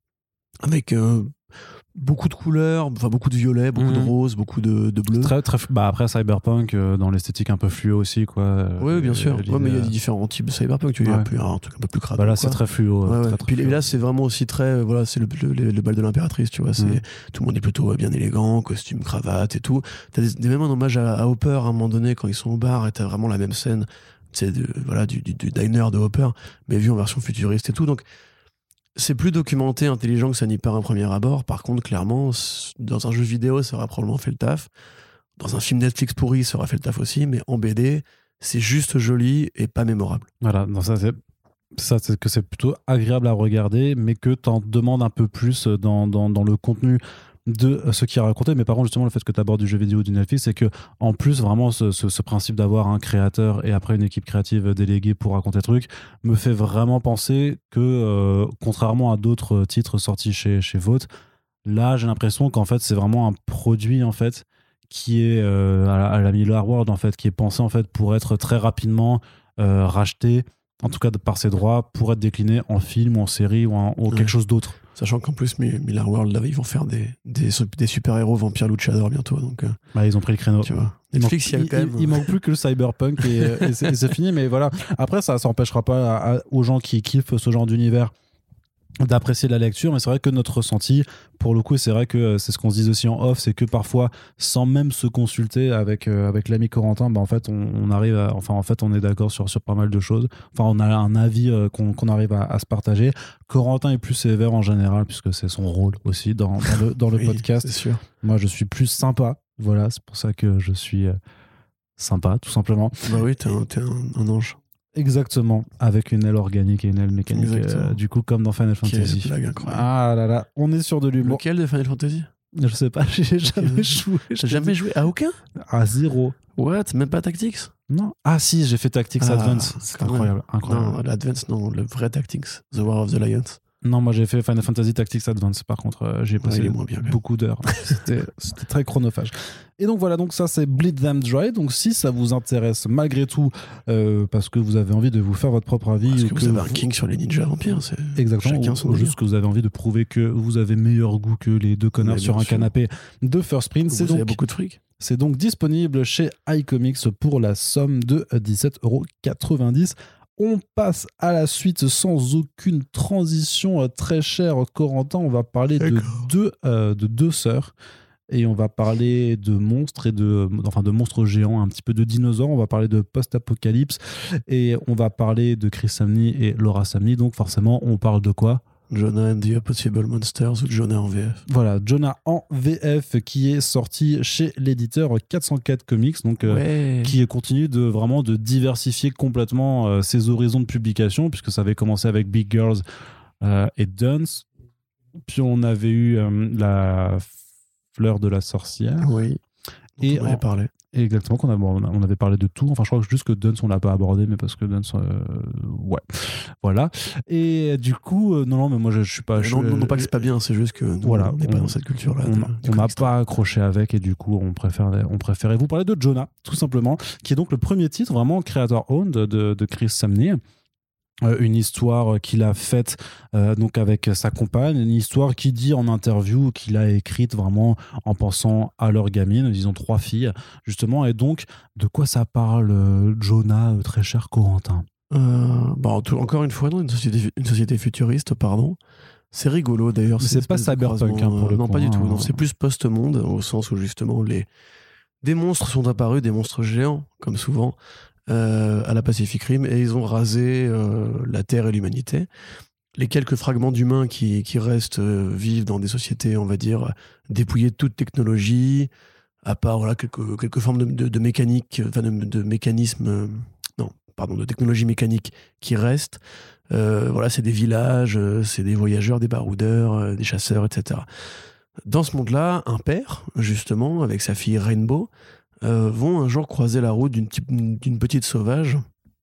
avec euh, beaucoup de couleurs, enfin beaucoup de violet, beaucoup mmh. de rose, beaucoup de, de bleu. Très, très, bah après Cyberpunk, euh, dans l'esthétique un peu fluo aussi, quoi. Oui, euh, bien sûr. Ouais, mais il y a différents types de Cyberpunk. Tu vois, ouais. il y a un truc un peu plus crade. Bah là, c'est très fluo. Ouais, ouais. Très, très Puis fluo. là, c'est vraiment aussi très. Voilà, c'est le, le, le bal de l'impératrice, tu vois. C'est, mmh. Tout le monde est plutôt bien élégant, costume, cravate et tout. T'as des, des, même un hommage à, à Hopper à un moment donné quand ils sont au bar et t'as vraiment la même scène, c'est de, voilà, du, du, du diner de Hopper, mais vu en version futuriste et tout. Donc, c'est plus documenté, intelligent que ça n'y paraît un premier abord. Par contre, clairement, dans un jeu vidéo, ça aurait probablement fait le taf. Dans un film Netflix pourri, ça aurait fait le taf aussi. Mais en B D, c'est juste joli et pas mémorable. Voilà, donc ça c'est ça, c'est que c'est plutôt agréable à regarder, mais que t'en demandes un peu plus dans, dans, dans le contenu de ce qui est raconté. Mais par contre, justement, le fait que tu abordes du jeu vidéo du Netflix, c'est que en plus, vraiment, ce, ce, ce principe d'avoir un créateur et après une équipe créative déléguée pour raconter le truc me fait vraiment penser que, euh, contrairement à d'autres titres sortis chez, chez Vought, là, j'ai l'impression qu'en fait, c'est vraiment un produit, en fait, qui est euh, à, la, à la Miller World, en fait, qui est pensé, en fait, pour être très rapidement euh, racheté, en tout cas par ses droits, pour être décliné en film ou en série ou, en, ou ouais. quelque chose d'autre. Sachant qu'en plus, Miller World, là, ils vont faire des, des, des super-héros vampires luchadors bientôt. Donc, euh, bah, ils ont pris le créneau. Tu vois. Netflix, il, manque, il, y a quand même... il, il manque plus que le Cyberpunk et, et, c'est, et c'est fini. Mais voilà. Après, ça n'empêchera pas à, à, aux gens qui kiffent ce genre d'univers d'apprécier la lecture, mais c'est vrai que notre ressenti, pour le coup, c'est vrai que c'est ce qu'on se dit aussi en off, c'est que parfois, sans même se consulter avec, euh, avec l'ami Corentin, bah en fait, on, on arrive à, enfin, en fait, on est d'accord sur, sur pas mal de choses. Enfin, on a un avis euh, qu'on, qu'on arrive à, à se partager. Corentin est plus sévère en général, puisque c'est son rôle aussi dans, dans le, dans le oui, podcast. C'est sûr. Moi, je suis plus sympa. Voilà, c'est pour ça que je suis euh, sympa, tout simplement. Bah oui, t'es un, t'es un, un ange. Exactement, avec une aile organique et une aile mécanique, euh, du coup, comme dans Final Fantasy. Quelle blague incroyable. Ah là là, on est sur de l'humour. Lequel de Final Fantasy? Je sais pas, j'ai jamais Ok. joué. T'as jamais joué à aucun? À zéro. What? Même pas Tactics? Non. Ah si, j'ai fait Tactics Ah, Advance. C'est quand incroyable, incroyable. Non, l'Advance, non, le vrai Tactics. The War of the Lions. Non, moi j'ai fait Final Fantasy Tactics Advance. Par contre, euh, j'ai Ouais, passé il est moins bien, quand même. beaucoup d'heures. C'était c'était très chronophage. Et donc voilà, donc ça c'est Bleed Them Dry. Donc si ça vous intéresse malgré tout, euh, parce que vous avez envie de vous faire votre propre avis, Parce ou que que vous avez un king sur les ninjas vampires, c'est exactement, chacun ou, son ou délire. juste que vous avez envie de prouver que vous avez meilleur goût que les deux connards Mais sur bien un sûr. canapé de First Print. Vous C'est avez donc beaucoup de fric. C'est donc disponible chez iComics pour la somme de dix-sept euros quatre-vingt-dix. On passe à la suite sans aucune transition, euh, très cher Corentin. On va parler de D'accord. deux, euh, de deux sœurs. Et on va parler de monstres et de, enfin de monstres géants, un petit peu de dinosaures. On va parler de post-apocalypse et on va parler de Chris Samney et Laura Samney. Donc forcément, on parle de quoi ? Jonah and the Impossible Monsters ou Jonah en V F. Voilà, Jonah en V F qui est sorti chez l'éditeur quatre cent quatre Comics, donc euh, Ouais. qui continue de vraiment de diversifier complètement euh, ses horizons de publication, puisque ça avait commencé avec Big Girls euh, et Dunce. Puis on avait eu euh, la Fleur de la sorcière. Oui. Et on en avait en- parlé. Exactement, qu'on a, bon, on avait parlé de tout. Enfin, je crois que juste que Dunce, on l'a pas abordé, mais parce que Dunce, euh, ouais, voilà. Et du coup, euh, non, non, mais moi, je, je suis pas. je, non, non, non, pas que c'est pas bien, c'est juste que nous, Voilà, on n'est pas on- dans cette culture-là. on de- n'a du on n'a comics. pas accroché avec, et du coup on préférait, on préférait vous parler de Jonah, tout simplement, qui est donc le premier titre vraiment creator owned de, de Chris Samney. Euh, une histoire qu'il a faite euh, donc avec sa compagne, une histoire qu'il dit en interview qu'il a écrite vraiment en pensant à leur gamine. Ils ont trois filles justement, et donc de quoi ça parle, euh, Jonah, euh, très cher Corentin? Euh, bon, tout- encore une fois, non, une société, une société futuriste, pardon. C'est rigolo d'ailleurs. Mais c'est cette pas espèce de cyberpunk, croisement, hein, pour le euh, Non, coup, pas du hein. tout. Non, c'est plus post-monde, au sens où justement les... des monstres sont apparus, des monstres géants, comme souvent, euh, à la Pacific Rim, et ils ont rasé euh, la Terre et l'humanité. Les quelques fragments d'humains qui, qui restent euh, vivent dans des sociétés, on va dire, dépouillées de toute technologie, à part voilà, quelques, quelques formes de, de, de mécanique, enfin de, de mécanismes, euh, non, pardon, de technologie mécanique qui restent. Euh, voilà, c'est des villages, euh, c'est des voyageurs, des baroudeurs, euh, des chasseurs, et cetera. Dans ce monde-là, un père, justement, avec sa fille Rainbow, euh, vont un jour croiser la route d'une, type- d'une petite sauvage,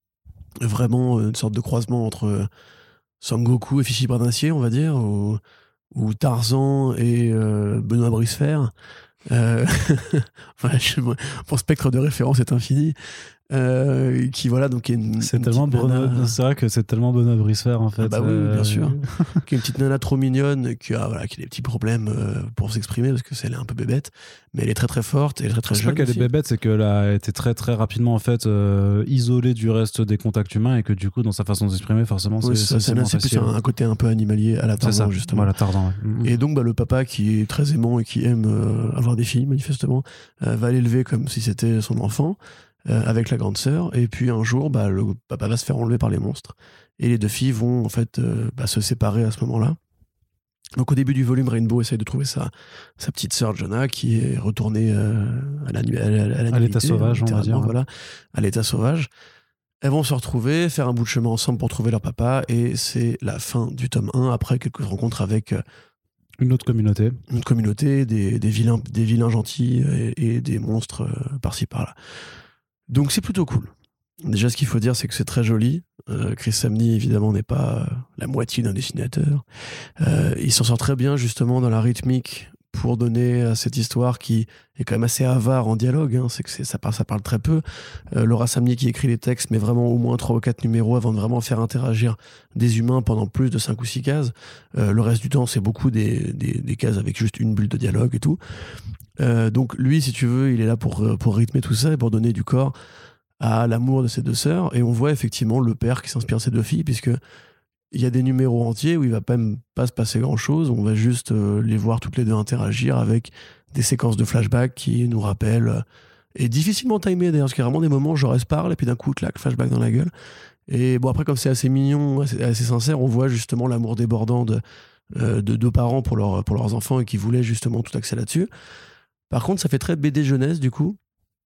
vraiment euh, une sorte de croisement entre euh, Sangoku et Fifi Brin-d'Acier, on va dire, ou, ou Tarzan et euh, Benoît Bricefer. Euh, voilà, je- pour spectre de référence est infini. Euh, qui voilà donc est une, C'est une tellement petite nana- Benoît- c'est vrai que c'est tellement Benoît Bricefer en fait. Ah bah oui, euh, bien sûr. qui est une petite nana trop mignonne, qui a, voilà, qui a des petits problèmes euh, pour s'exprimer parce que c'est elle est un peu bébête, mais elle est très très forte et elle est très très C'est jeune. pas qu'elle est aussi. bébête, c'est qu'elle a été très très rapidement en fait euh, isolée du reste des contacts humains, et que du coup dans sa façon de s'exprimer forcément Oui, c'est, ça, c'est, ça, moins c'est plus facile. un, un côté un peu animalier à la C'est Tarzan ça, justement. voilà, Tarzan. Ouais. Mhm. Et donc bah, le papa qui est très aimant et qui aime euh, avoir des filles manifestement euh, va l'élever comme si c'était son enfant euh, avec la grande sœur, et puis un jour bah, le papa va se faire enlever par les monstres et les deux filles vont en fait euh, bah, se séparer à ce moment-là. Donc au début du volume, Rainbow essaye de trouver sa, sa petite sœur Jonah qui est retournée euh, à, la, à, la- à, l'animalité, À l'état sauvage, hein, on va dire. littéralement, voilà, à l'état sauvage. Elles vont se retrouver, faire un bout de chemin ensemble pour trouver leur papa, et c'est la fin du tome un, après quelques rencontres avec euh, Une autre communauté. une communauté, des, des, vilains, des vilains gentils et, et des monstres euh, par-ci par-là. Donc c'est plutôt cool. Déjà, ce qu'il faut dire, c'est que c'est très joli. Euh, Chris Samney, évidemment, n'est pas euh, la moitié d'un dessinateur. Euh, il s'en sort très bien, justement, dans la rythmique pour donner à cette histoire qui est quand même assez avare en dialogue. Hein. C'est que c'est, ça, parle, ça parle très peu. Euh, Laura Samney qui écrit les textes, mais vraiment au moins trois ou quatre numéros avant de vraiment faire interagir des humains pendant plus de cinq ou six cases. Euh, le reste du temps, c'est beaucoup des, des, des cases avec juste une bulle de dialogue et tout. Euh, donc lui, si tu veux, il est là pour, pour rythmer tout ça et pour donner du corps à l'amour de ces deux sœurs. Et on voit effectivement le père qui s'inspire de ces deux filles, puisque il y a des numéros entiers où il va pas, même pas se passer grand chose. On va juste euh, les voir toutes les deux interagir avec des séquences de flashback qui nous rappellent, euh, et difficilement timées d'ailleurs, parce qu'il y a vraiment des moments où Jaurès parle et puis d'un coup, clac, flashback dans la gueule. Et bon, après, comme c'est assez mignon, assez, assez sincère, on voit justement l'amour débordant de, euh, de deux parents pour, leur, pour leurs enfants et qui voulaient justement tout axer là-dessus. Par contre, ça fait très B D jeunesse du coup.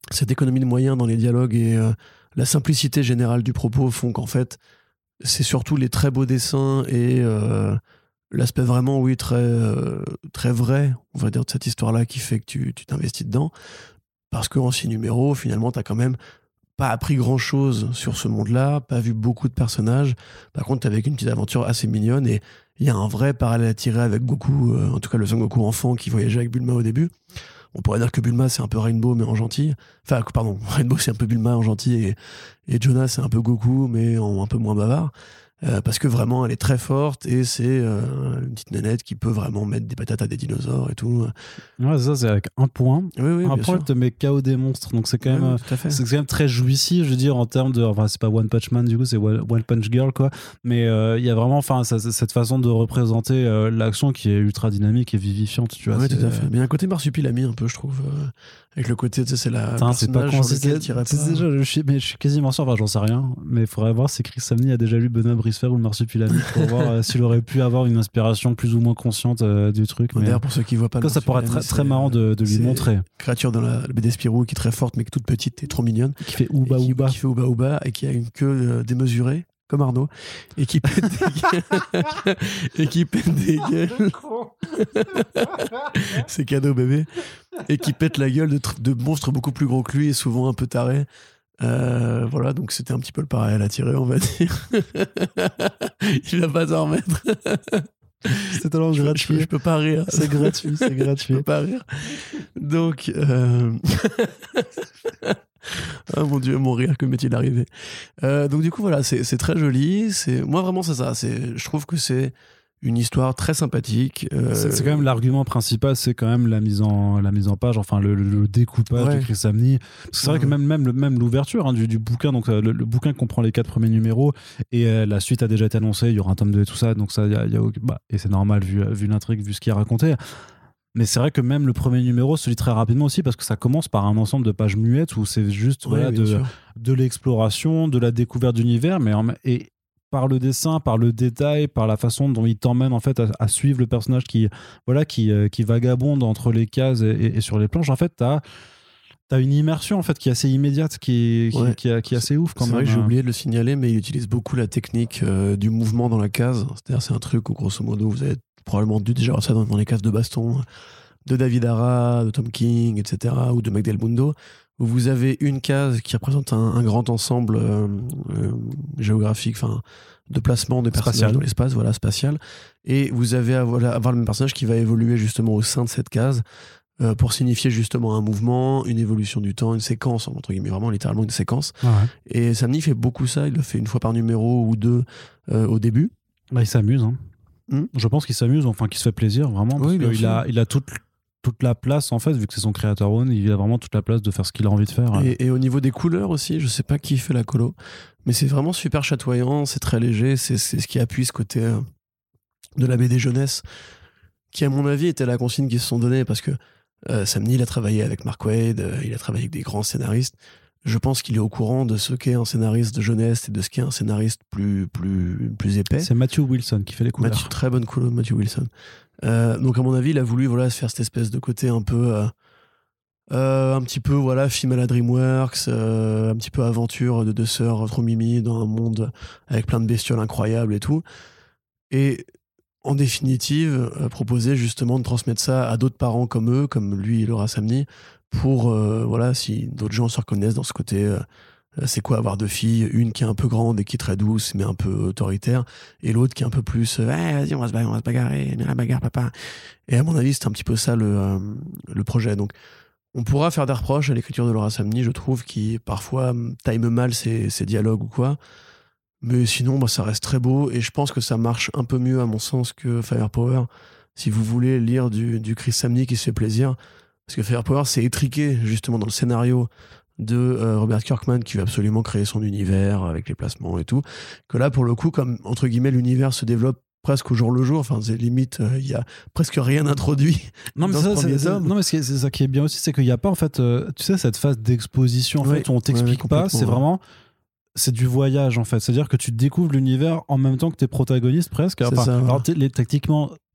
cette économie de moyens dans les dialogues et euh, la simplicité générale du propos font qu'en fait, c'est surtout les très beaux dessins et euh, l'aspect vraiment, oui, très, euh, très vrai, on va dire, de cette histoire-là qui fait que tu, tu t'investis dedans. Parce qu'en six numéros, finalement, t'as quand même pas appris grand-chose sur ce monde-là, pas vu beaucoup de personnages. Par contre, t'avais une petite aventure assez mignonne et il y a un vrai parallèle à tirer avec Goku, euh, en tout cas le Son Goku enfant qui voyageait avec Bulma au début. On pourrait dire que Bulma, c'est un peu Rainbow, mais en gentil. Enfin, pardon, Rainbow, c'est un peu Bulma en gentil, et, et Jonah, c'est un peu Goku, mais en un peu moins bavard. Euh, parce que vraiment, elle est très forte, et c'est euh, une petite nénette qui peut vraiment mettre des patates à des dinosaures et tout. Ouais, ça, c'est avec un point. Oui, oui, un bien point, sûr. elle te met K O des monstres. Donc, c'est quand, Ouais, même, oui, tout à fait. c'est quand même très jouissif, je veux dire, en termes de. Enfin, c'est pas One Punch Man, du coup, c'est One One Punch Girl, quoi. Mais il euh, y a vraiment enfin, ça, cette façon de représenter euh, l'action qui est ultra dynamique et vivifiante, tu vois. Oui, c'est, tout à fait. Mais il y a un côté marsupilami, un peu, je trouve. Euh, avec le côté, tu sais, c'est la. Putain, c'est pas con, sur lequel c'est, t'irais c'est pas. déjà, je suis, mais je suis quasiment sûr, enfin j'en sais rien, mais il faudrait voir si Chris Samney a déjà lu Benoît Bricefer ou le Marsupilami pour voir euh, s'il aurait pu avoir une inspiration plus ou moins consciente euh, du truc. Mais D'ailleurs, pour ceux qui voient pas en tout le cas, ça pourrait être très, Marsupilami, très marrant de, de lui c'est montrer. Créature dans la, la B D Spirou qui est très forte, mais qui est toute petite et trop mignonne. Qui fait ouba Et qui, ouba. qui fait ouba ouba et qui a une queue euh, démesurée, comme Arnaud, et qui pète des gueules. et qui pète des gueules. C'est cadeau, bébé. Et qui pète la gueule de, tr- de monstres beaucoup plus gros que lui et souvent un peu tarés. Euh, voilà, donc c'était un petit peu le parallèle à tirer, on va dire. Il va pas s'en remettre. C'est tellement Je, je, gratuit. je peux pas rire. C'est gratuit, c'est Je gratuit. peux pas rire. Donc, euh... ah mon dieu, mon rire, que m'est-il arrivé. Euh, donc du coup, voilà, c'est, c'est très joli. C'est... Moi, vraiment, c'est ça. C'est... Je trouve que c'est une histoire très sympathique. Euh... C'est, c'est quand même l'argument principal, c'est quand même la mise en, la mise en page, enfin le, le, le découpage Ouais. de Chris Samney. Parce que c'est vrai Ouais. que même, même, le, même l'ouverture hein, du, du bouquin, donc euh, le, le bouquin comprend les quatre premiers numéros et euh, la suite a déjà été annoncée, il y aura un tome deux et tout ça, donc ça, y a, y a, bah, et c'est normal vu, vu l'intrigue, vu ce qui est raconté. Mais c'est vrai que même le premier numéro se lit très rapidement aussi parce que ça commence par un ensemble de pages muettes où c'est juste Ouais, voilà, bien de, sûr. de l'exploration, de la découverte d'univers, mais en, et par le dessin, par le détail, par la façon dont il t'emmène en fait à, à suivre le personnage qui, voilà, qui, euh, qui vagabonde entre les cases et, et, et sur les planches. En fait, t'as T'as une immersion en fait qui est assez immédiate, qui est, qui, Ouais. qui, est- qui est assez ouf quand C'est même. vrai que j'ai oublié de le signaler, mais il utilise beaucoup la technique euh, du mouvement dans la case. C'est-à-dire, c'est un truc où, grosso modo, vous avez probablement dû déjà voir ça dans, dans les cases de baston de David Hara, de Tom King, et cetera, ou de Meg Del Mundo, où vous avez une case qui représente un, un grand ensemble euh, euh, géographique, enfin, de placement des personnages Spatial. dans l'espace, voilà, spatial. Et vous avez à voilà, avoir le même personnage qui va évoluer justement au sein de cette case. Euh, pour signifier justement un mouvement, une évolution du temps, une séquence, entre guillemets, vraiment littéralement une séquence. Ouais, ouais. Et Samney fait beaucoup ça, il le fait une fois par numéro ou deux euh, au début. Bah, il s'amuse. Hein. Hmm. Je pense qu'il s'amuse, enfin qu'il se fait plaisir vraiment. Parce Oui, bien qu'il sûr. a, il a toute, toute la place en fait, vu que c'est son créateur own, il a vraiment toute la place de faire ce qu'il a envie de faire. Et, et au niveau des couleurs aussi, je sais pas qui fait la colo, mais c'est vraiment super chatoyant, c'est très léger, c'est, c'est ce qui appuie ce côté euh, de la B D jeunesse, qui à mon avis était la consigne qu'ils se sont donnée, parce que euh, Samney, il a travaillé avec Mark Waid, euh, il a travaillé avec des grands scénaristes. Je pense qu'il est au courant de ce qu'est un scénariste de jeunesse et de ce qu'est un scénariste plus, plus, plus épais. C'est Matthew Wilson qui fait les couleurs. Matthew, très bonne couleur, Matthew Wilson. Euh, donc à mon avis, il a voulu voilà, se faire cette espèce de côté un peu... Euh, euh, un petit peu voilà film à la DreamWorks, euh, un petit peu aventure de deux sœurs trop mimi dans un monde avec plein de bestioles incroyables et tout. Et en définitive, euh, proposer justement de transmettre ça à d'autres parents comme eux, comme lui et Laura Samney, pour, euh, voilà, si d'autres gens se reconnaissent dans ce côté, euh, c'est quoi avoir deux filles, une qui est un peu grande et qui est très douce, mais un peu autoritaire, et l'autre qui est un peu plus, euh, hey, vas-y, on va se bagarrer, on va se bagarrer, mais la bagarre, papa. Et à mon avis, c'est un petit peu ça le, euh, le projet. Donc, on pourra faire des reproches à l'écriture de Laura Samney, je trouve, qui parfois time mal ses, ses dialogues ou quoi. Mais sinon, bah, ça reste très beau et je pense que ça marche un peu mieux, à mon sens, que Firepower. Si vous voulez lire du, du Chris Samney qui se fait plaisir, parce que Firepower, c'est étriqué justement dans le scénario de euh, Robert Kirkman qui veut absolument créer son univers avec les placements et tout. Que là, pour le coup, comme entre guillemets, l'univers se développe presque au jour le jour, enfin, c'est limite, il euh, y a presque rien introduit. Non, mais dans ça, ce premier c'est, tome. non, mais c'est, c'est ça qui est bien aussi, c'est qu'il n'y a pas en fait, euh, tu sais, cette phase d'exposition en Ouais, fait, où on t'explique ouais, pas, complètement, c'est ouais. vraiment. C'est du voyage en fait, c'est-à-dire que tu découvres l'univers en même temps que tes protagonistes presque. C'est Enfin, ça, ouais. alors t- les, techniquement,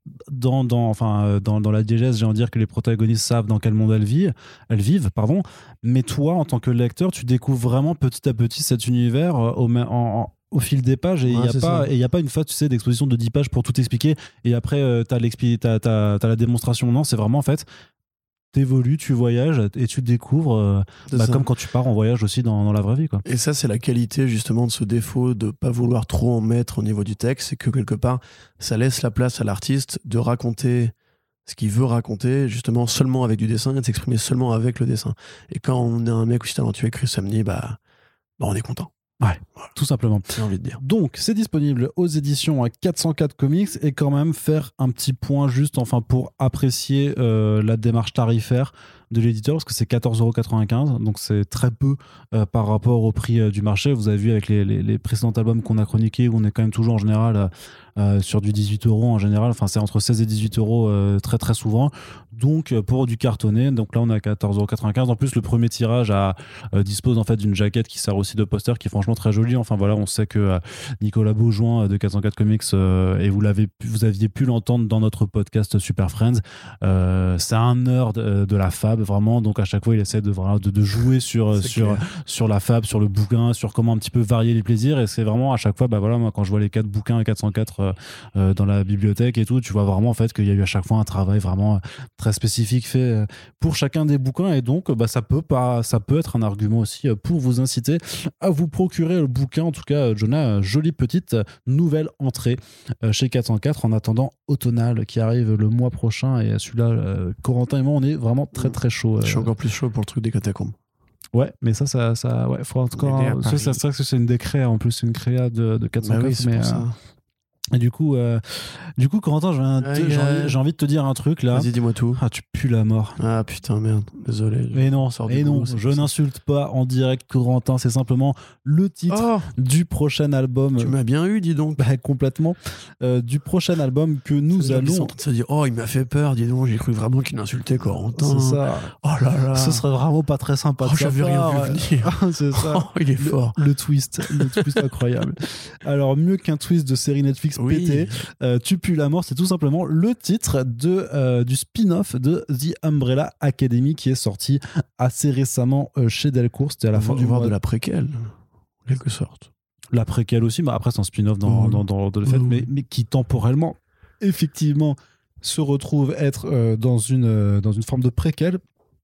dans, dans, enfin, dans, dans la diégèse, j'ai envie de dire que les protagonistes savent dans quel monde elles vivent, elles vivent pardon. Mais toi, en tant que lecteur, tu découvres vraiment petit à petit cet univers euh, au, en, en, au fil des pages, et il Ouais, n'y a, a pas une phase, tu sais, d'exposition de dix pages pour tout expliquer, et après, euh, tu as la démonstration. Non, c'est vraiment, en fait, t'évolues, tu voyages et tu découvres, euh, bah, comme quand tu pars en voyage aussi dans, dans la vraie vie, quoi. Et ça, c'est la qualité justement de ce défaut de pas vouloir trop en mettre au niveau du texte, c'est que quelque part, ça laisse la place à l'artiste de raconter ce qu'il veut raconter, justement seulement avec du dessin, et de s'exprimer seulement avec le dessin. Et quand on est un mec aussi talentueux écrit Samedi, bah, bah on est content. Ouais, voilà. Tout simplement. J'ai envie de dire. Donc, c'est disponible aux éditions quatre cent quatre Comics, et quand même faire un petit point juste, enfin, pour apprécier euh, la démarche tarifaire de l'éditeur, parce que c'est quatorze euros quatre-vingt-quinze, donc c'est très peu euh, par rapport au prix euh, du marché. Vous avez vu avec les, les, les précédents albums qu'on a chroniqués, où on est quand même toujours en général euh, euh, sur du dix-huit euros en général, enfin c'est entre seize et dix-huit euros euh, très très souvent, donc pour du cartonné. Donc là on est à quatorze euros quatre-vingt-quinze. En plus le premier tirage a, euh, dispose en fait d'une jaquette qui sert aussi de poster, qui est franchement très jolie. Enfin voilà, on sait que euh, Nicolas Beaujoin de quatre cent quatre Comics, euh, et vous, l'avez, vous aviez pu l'entendre dans notre podcast Super Friends, euh, c'est un nerd euh, de la fab vraiment, donc à chaque fois il essaie de, voilà, de, de jouer sur, sur, sur la fab, sur le bouquin, sur comment un petit peu varier les plaisirs, et c'est vraiment à chaque fois, bah voilà, moi quand je vois les quatre bouquins à quatre cent quatre euh, euh, dans la bibliothèque et tout, tu vois vraiment en fait qu'il y a eu à chaque fois un travail vraiment très spécifique fait euh, pour chacun des bouquins, et donc bah, ça, peut pas, ça peut être un argument aussi pour vous inciter à vous procurer le bouquin. En tout cas, Jonah, jolie petite nouvelle entrée euh, chez quatre cent quatre en attendant Automnal qui arrive le mois prochain, et celui-là, euh, Corentin et moi, on est vraiment très très chaud. Je suis encore plus chaud pour le truc des catacombes. Ouais, mais ça, ça, ça ouais, faut encore. Ça, ça, ça, c'est une des créas, en plus, c'est une créa de, de quatre cent quatre. Bah oui, c'est mais, pour ça. euh, et du coup, euh, du coup, Corentin, j'ai, un, Aïe, j'ai, aïe. envie, j'ai envie de te dire un truc là. Vas-y, dis-moi tout. Ah, tu pues la mort. Ah putain, merde. Désolé. Et non, Sors du et non, boulot, c'est je pour ça. n'insulte pas en direct Corentin, c'est simplement le titre Oh, du prochain album. tu m'as bien eu, dis donc. Bah, complètement. Euh, du prochain album que nous Les gens qui sont allons. en train de se dire, oh, il m'a fait peur, dis donc, j'ai cru vraiment qu'il insultait Corentin. C'est ça. Oh là là. Ce serait vraiment pas très sympa. Oh, de sa j'avais rien part. vu venir. Ah, c'est ça. Oh, il est Le, fort. le twist, le twist incroyable. Alors, mieux qu'un twist de série Netflix Oui. pété, euh, Tu pues la mort, c'est tout simplement le titre de, euh, du spin-off de The Umbrella Academy qui est sorti assez récemment euh, chez Delcourt. C'était à la fin du voir mois. de la préquelle, en quelque sorte. La préquelle aussi, mais après, c'est un spin-off dans, Mmh. dans, dans, dans le fait, Mmh. mais, mais qui temporellement, effectivement, se retrouve être euh, dans, une, euh, dans une forme de préquelle.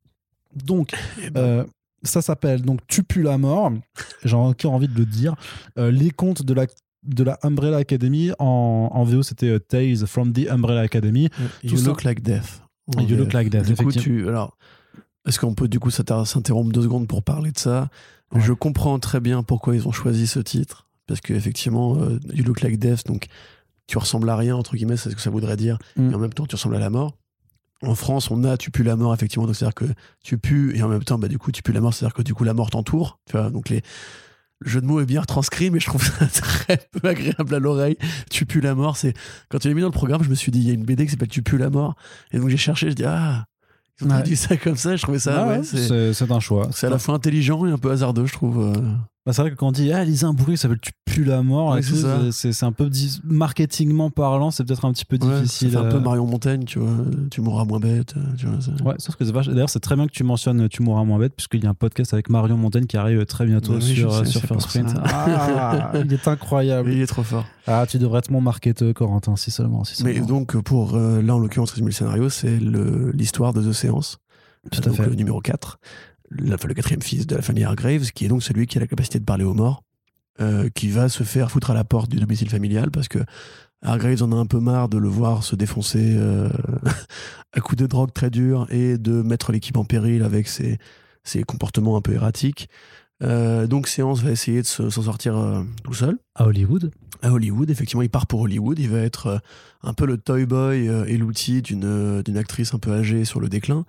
Donc, Eh ben, euh, ça s'appelle donc Tu pues la mort. J'ai encore envie de le dire. Euh, les contes de la de la Umbrella Academy en, en V O, c'était euh, Tales from the Umbrella Academy. you tout ça- look like death. En You V F. look like death, Du coup, effectivement. tu, alors, est-ce qu'on peut du coup s'inter- s'interrompre deux secondes pour parler de ça? Ouais. Je comprends très bien pourquoi ils ont choisi ce titre, parce que effectivement, euh, You look like death, donc tu ressembles à rien entre guillemets, c'est ce que ça voudrait dire, Mm. et en même temps tu ressembles à la mort. En France, on a tu pues la mort effectivement, donc c'est-à-dire que tu pues et en même temps, bah du coup tu pues la mort, c'est-à-dire que du coup la mort t'entoure, tu vois. Donc les le jeu de mots est bien retranscrit, mais je trouve ça très peu agréable à l'oreille. Tu pues la mort, c'est quand tu l'as mis dans le programme, je me suis dit il y a une B D qui s'appelle Tu pues la mort, et donc j'ai cherché, je dis ah ils ont Ouais. dit ça comme ça, je trouvais ça Ah ouais, ouais, c'est c'est, c'est un choix. c'est à la fois intelligent et un peu hasardeux, je trouve. euh. Bah, c'est vrai que quand on dit ah, lisez un bouquin qui s'appelle Tu pues la mort, Ouais, et c'est tout, ça. c'est, c'est, c'est un peu dis- marketingment parlant, c'est peut-être un petit peu Ouais, difficile. ça fait un peu euh, Marion Montaigne, tu vois. Tu mourras moins bête, tu vois. c'est- Ouais, sauf que c'est vache- d'ailleurs, c'est très bien que tu mentionnes Tu mourras moins bête, puisqu'il y a un podcast avec Marion Montaigne qui arrive très bientôt Ouais, oui, sur, je sais, sur c'est First pour Print. ça. Ah, il est incroyable. Il est trop fort. Ah, tu devrais être mon marketeur, Corentin, si seulement. Si Mais seulement. donc, pour euh, là, en l'occurrence, résumer le scénario, c'est le- l'histoire de The Séance. Tout à donc, fait. le numéro quatre. Le, enfin, le quatrième fils de la famille Hargraves, qui est donc celui qui a la capacité de parler aux morts, euh, qui va se faire foutre à la porte du domicile familial parce que Hargraves en a un peu marre de le voir se défoncer euh, à coups de drogue très durs et de mettre l'équipe en péril avec ses, ses comportements un peu erratiques. Euh, donc Séance va essayer de se- s'en sortir euh, tout seul. À Hollywood. À Hollywood, effectivement, il part pour Hollywood. Il va être euh, un peu le toy boy euh, et l'outil d'une euh, d'une actrice un peu âgée sur le déclin.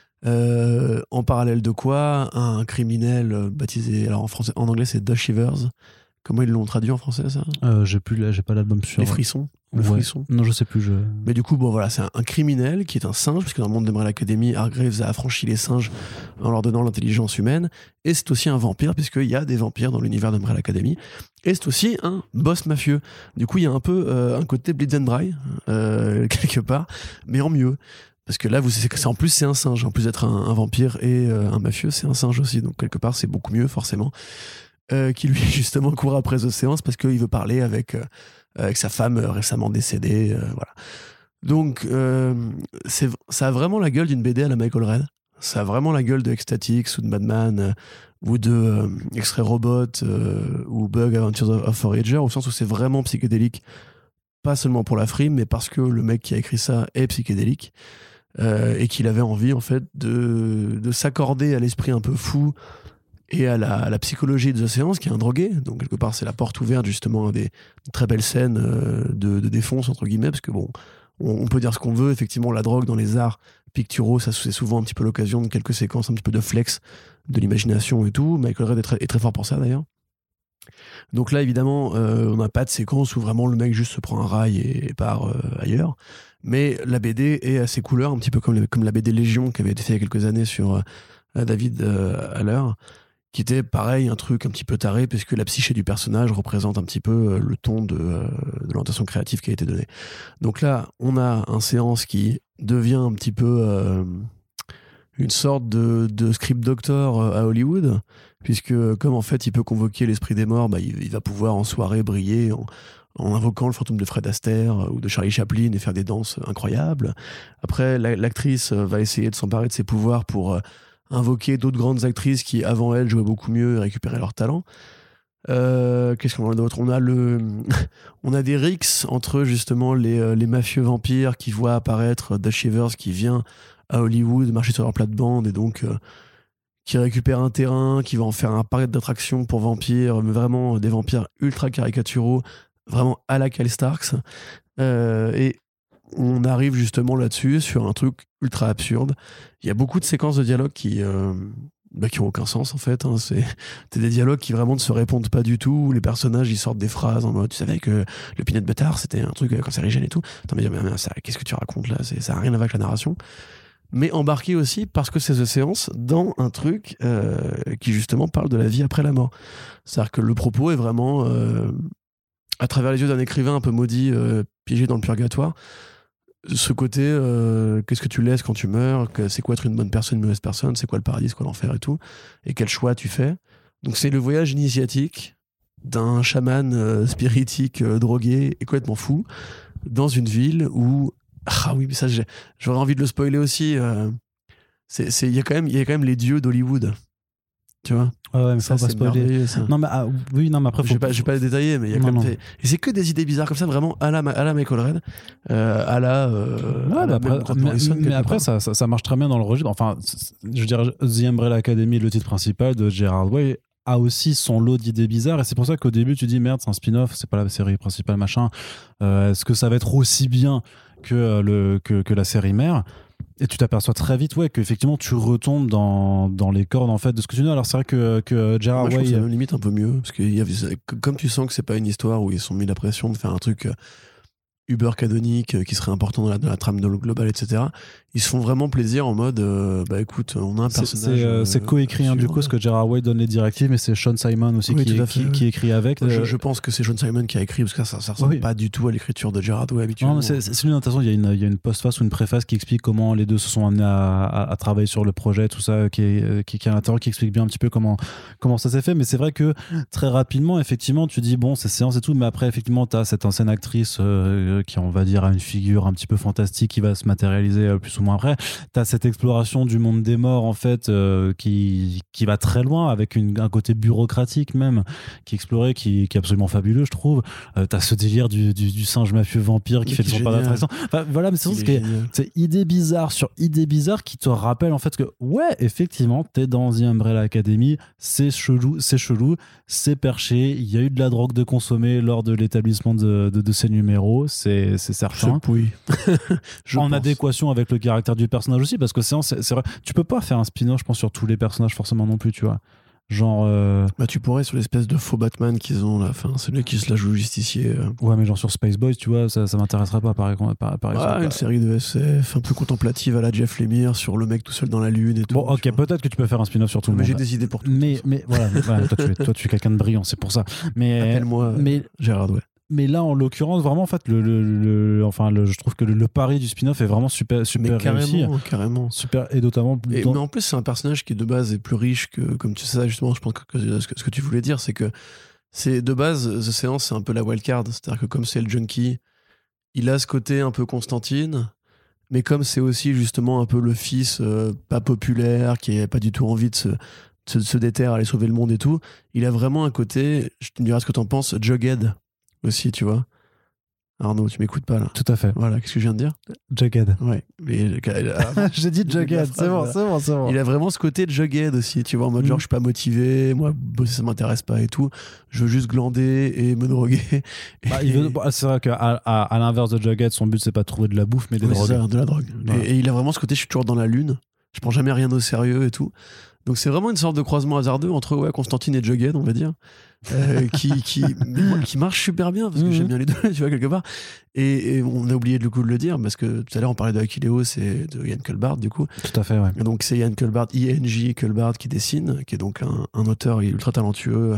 Euh, en parallèle de quoi, un criminel euh, baptisé, alors en français, en anglais c'est Dutch Shivers, Comment ils l'ont traduit en français, ça? Euh, j'ai plus, là, j'ai pas l'album sur. Les frissons. Le Ouais. frisson. Non, je sais plus. Je... Mais du coup, bon voilà, c'est un, un criminel qui est un singe, puisque dans le monde d'Umbrella Academy, Hargreaves a affranchi les singes en leur donnant l'intelligence humaine. Et c'est aussi un vampire, puisqu'il y a des vampires dans l'univers d'Umbrella Academy. Et c'est aussi un boss mafieux. Du coup, il y a un peu euh, un côté Bleed and Dry, euh, quelque part, mais en mieux. Parce que là, vous, c'est, c'est, en plus, c'est un singe. En plus d'être un, un vampire et euh, un mafieux, c'est un singe aussi. Donc, quelque part, c'est beaucoup mieux, forcément. Euh, qui lui, justement, court après Océans parce qu'il veut parler avec... Euh, avec sa femme euh, récemment décédée, euh, voilà. Donc, euh, c'est, ça a vraiment la gueule d'une B D à la Michael Red. Ça a vraiment la gueule de Ecstatix ou de Madman euh, ou de euh, X-Ray Robot euh, ou Bug Adventures of Forager, au sens où c'est vraiment psychédélique, pas seulement pour la frime, mais parce que le mec qui a écrit ça est psychédélique euh, et qu'il avait envie, en fait, de, de s'accorder à l'esprit un peu fou et à la, à la psychologie des Océans, qui est un drogué. Donc, quelque part, c'est la porte ouverte, justement, à des très belles scènes euh, de, de défonce, entre guillemets, parce que, bon, on, on peut dire ce qu'on veut. Effectivement, la drogue dans les arts picturaux, ça, c'est souvent un petit peu l'occasion de quelques séquences, un petit peu de flex, de l'imagination et tout. Michael Red est très, est très fort pour ça, d'ailleurs. Donc là, évidemment, euh, on n'a pas de séquence où vraiment le mec juste se prend un rail et, et part euh, ailleurs. Mais la B D est à ses couleurs, un petit peu comme, le, comme la B D Légion, qui avait été faite il y a quelques années sur euh, David euh, Haller, qui était pareil, un truc un petit peu taré, puisque la psyché du personnage représente un petit peu le ton de, euh, de l'orientation créative qui a été donnée. Donc là, on a un séance qui devient un petit peu euh, une sorte de, de script doctor à Hollywood, puisque comme en fait il peut convoquer l'esprit des morts, bah, il, il va pouvoir en soirée briller en, en invoquant le fantôme de Fred Astaire ou de Charlie Chaplin et faire des danses incroyables. Après, la, l'actrice va essayer de s'emparer de ses pouvoirs pour... Euh, invoquer d'autres grandes actrices qui, avant elle, jouaient beaucoup mieux et récupéraient leur talent. Euh, qu'est-ce qu'on a d'autre? On a le, on a des rixes entre justement les, les mafieux vampires qui voient apparaître Dash Shivers qui vient à Hollywood marcher sur leur plate-bande et donc euh, qui récupère un terrain, qui va en faire un parc d'attractions pour vampires, mais vraiment des vampires ultra caricaturaux, vraiment à la Kyle Starks. Euh, et on arrive justement là-dessus sur un truc ultra absurde. Il y a beaucoup de séquences de dialogue qui euh, bah, qui ont aucun sens en fait. Hein. C'est, c'est des dialogues qui vraiment ne se répondent pas du tout. Où les personnages ils sortent des phrases en mode tu savais que le peanut butter c'était un truc cancérigène et tout. Attends, mais, mais, mais ça, qu'est-ce que tu racontes là? C'est, ça n'a rien à voir avec la narration. Mais embarqué aussi parce que c'est The Séance dans un truc euh, qui justement parle de la vie après la mort. C'est-à-dire que le propos est vraiment euh, à travers les yeux d'un écrivain un peu maudit, euh, piégé dans le purgatoire. Ce côté, euh, qu'est-ce que tu laisses quand tu meurs, que, c'est quoi être une bonne personne, une mauvaise personne, c'est quoi le paradis, c'est quoi l'enfer et tout, et quel choix tu fais. Donc c'est le voyage initiatique d'un chaman euh, spiritique euh, drogué et complètement fou dans une ville où ah oui mais ça j'ai, j'aurais envie de le spoiler aussi. Euh, c'est c'est il y a quand même il y a quand même les dieux d'Hollywood. Tu vois, ah ouais, mais ça, faut pas c'est spoiler. ça. Non mais ah, oui, non mais après faut je vais pas, je vais pas les détailler, mais il y a non, quand même non. des... et c'est que des idées bizarres comme ça, vraiment à la à la Michael Red, euh, à la. Euh, ouais, à la bah après, Grant mais, Morrison, mais après ça, ça, ça marche très bien dans le registre. Enfin, je dirais The Umbrella Academy, le titre principal de Gerard Way, a aussi son lot d'idées bizarres et c'est pour ça qu'au début tu dis merde, c'est un spin-off, c'est pas la série principale machin. Euh, est-ce que ça va être aussi bien que le que, que la série mère? Et tu t'aperçois très vite, ouais, qu'effectivement tu retombes dans, dans les cordes en fait de ce que tu dis. Alors c'est vrai que, que Gerard Way, je trouve Way, ça même limite un peu mieux parce que y avait, comme tu sens que c'est pas une histoire où ils se sont mis la pression de faire un truc uber canonique qui serait important dans la, dans la trame globale, et cetera. Ils se font vraiment plaisir en mode euh, bah écoute, on a un personnage. C'est, c'est, euh, c'est coécrit hein, du coup, parce que Gerard Way donne les directives, mais c'est Sean Simon aussi oui, qui, fait, qui, oui. qui écrit avec. Je, je pense que c'est Sean Simon qui a écrit parce que ça, ça ressemble oui. pas du tout à l'écriture de Gerard Way habituellement. Non, c'est, c'est, c'est une notation. Il y a une, il y a une postface ou une préface qui explique comment les deux se sont amenés à, à, à travailler sur le projet, tout ça, qui est, qui, qui est à l'intérieur, qui explique bien un petit peu comment, comment ça s'est fait. Mais c'est vrai que très rapidement, effectivement, tu dis bon, c'est séance et tout, mais après, effectivement, tu as cette ancienne actrice euh, qui, on va dire, a une figure un petit peu fantastique qui va se matérialiser euh, plus ou moins après. T'as cette exploration du monde des morts en fait euh, qui, qui va très loin avec une, un côté bureaucratique même qui est exploré, qui, qui est absolument fabuleux je trouve. Euh, t'as ce délire du, du, du singe mafieux vampire qui mais fait son pas d'attraction. Enfin, voilà, mais c'est, c'est, que, c'est idée bizarre sur idée bizarre qui te rappelle en fait que ouais, effectivement, t'es dans The Umbrella Academy, c'est chelou, c'est chelou, c'est perché, il y a eu de la drogue de consommer lors de l'établissement de, de, de ces numéros, c'est, c'est certain. Oui. en pense. Adéquation avec le caractère du personnage aussi, parce que c'est, c'est, c'est vrai, tu peux pas faire un spin-off, je pense, sur tous les personnages forcément non plus, tu vois. Genre. Euh... Bah, tu pourrais sur l'espèce de faux Batman qu'ils ont là. Enfin, celui qui se la joue justicier. Euh... Ouais, mais genre sur Space Boys, tu vois, ça, ça m'intéresserait pas, par, par, par exemple. Ah, une série de S F un peu contemplative à la Jeff Lemire sur le mec tout seul dans la lune et tout. Bon, ok, peut-être que tu peux faire un spin-off sur tout mais le monde. Mais j'ai des idées pour tout. Mais, mais voilà, voilà toi, tu es, toi, tu es quelqu'un de brillant, c'est pour ça. Mais, Appelle-moi mais, Gérard, ouais. Mais là, en l'occurrence, vraiment, en fait, le, le, le, enfin, le, je trouve que le, le pari du spin-off est vraiment super, super mais carrément, réussi. Carrément. Super, et notamment. Et, dans... Mais en plus, c'est un personnage qui de base est plus riche que, comme tu sais ça, justement, je pense que, que ce, que ce que tu voulais dire, c'est que c'est de base, The Séance, c'est un peu la wildcard. C'est-à-dire que comme c'est le junkie, il a ce côté un peu Constantine, mais comme c'est aussi justement un peu le fils euh, pas populaire, qui n'a pas du tout envie de se, de se, de se déterre, aller sauver le monde et tout, il a vraiment un côté, je te dirai ce que t'en penses, Jughead aussi, tu vois. Arnaud, tu m'écoutes pas là. Tout à fait. Voilà, qu'est-ce que je viens de dire? Jughead. Ouais. Mais, j'ai dit Jughead, c'est bon, c'est bon, c'est bon. Il a vraiment ce côté de Jughead aussi, tu vois, en mode mmh. genre je suis pas motivé, moi bosser ça m'intéresse pas et tout, je veux juste glander et me droguer. Bah, et... il veut... bah, c'est vrai qu'à à, à l'inverse de Jughead, son but c'est pas de trouver de la bouffe mais des ouais, drogues. C'est ça, de la drogue. Ouais. Et, et il a vraiment ce côté je suis toujours dans la lune, je prends jamais rien au sérieux et tout. Donc c'est vraiment une sorte de croisement hasardeux entre ouais, Constantine et Jughead, on va dire, euh, qui, qui, qui marche super bien, parce que mmh. j'aime bien les deux, tu vois, quelque part. Et, et on a oublié du coup de le dire, parce que tout à l'heure on parlait de Achilleos et de Ian Culbard, du coup. Tout à fait, ouais. Et donc c'est Ian Culbard, I N J Culbard qui dessine, qui est donc un, un auteur ultra talentueux.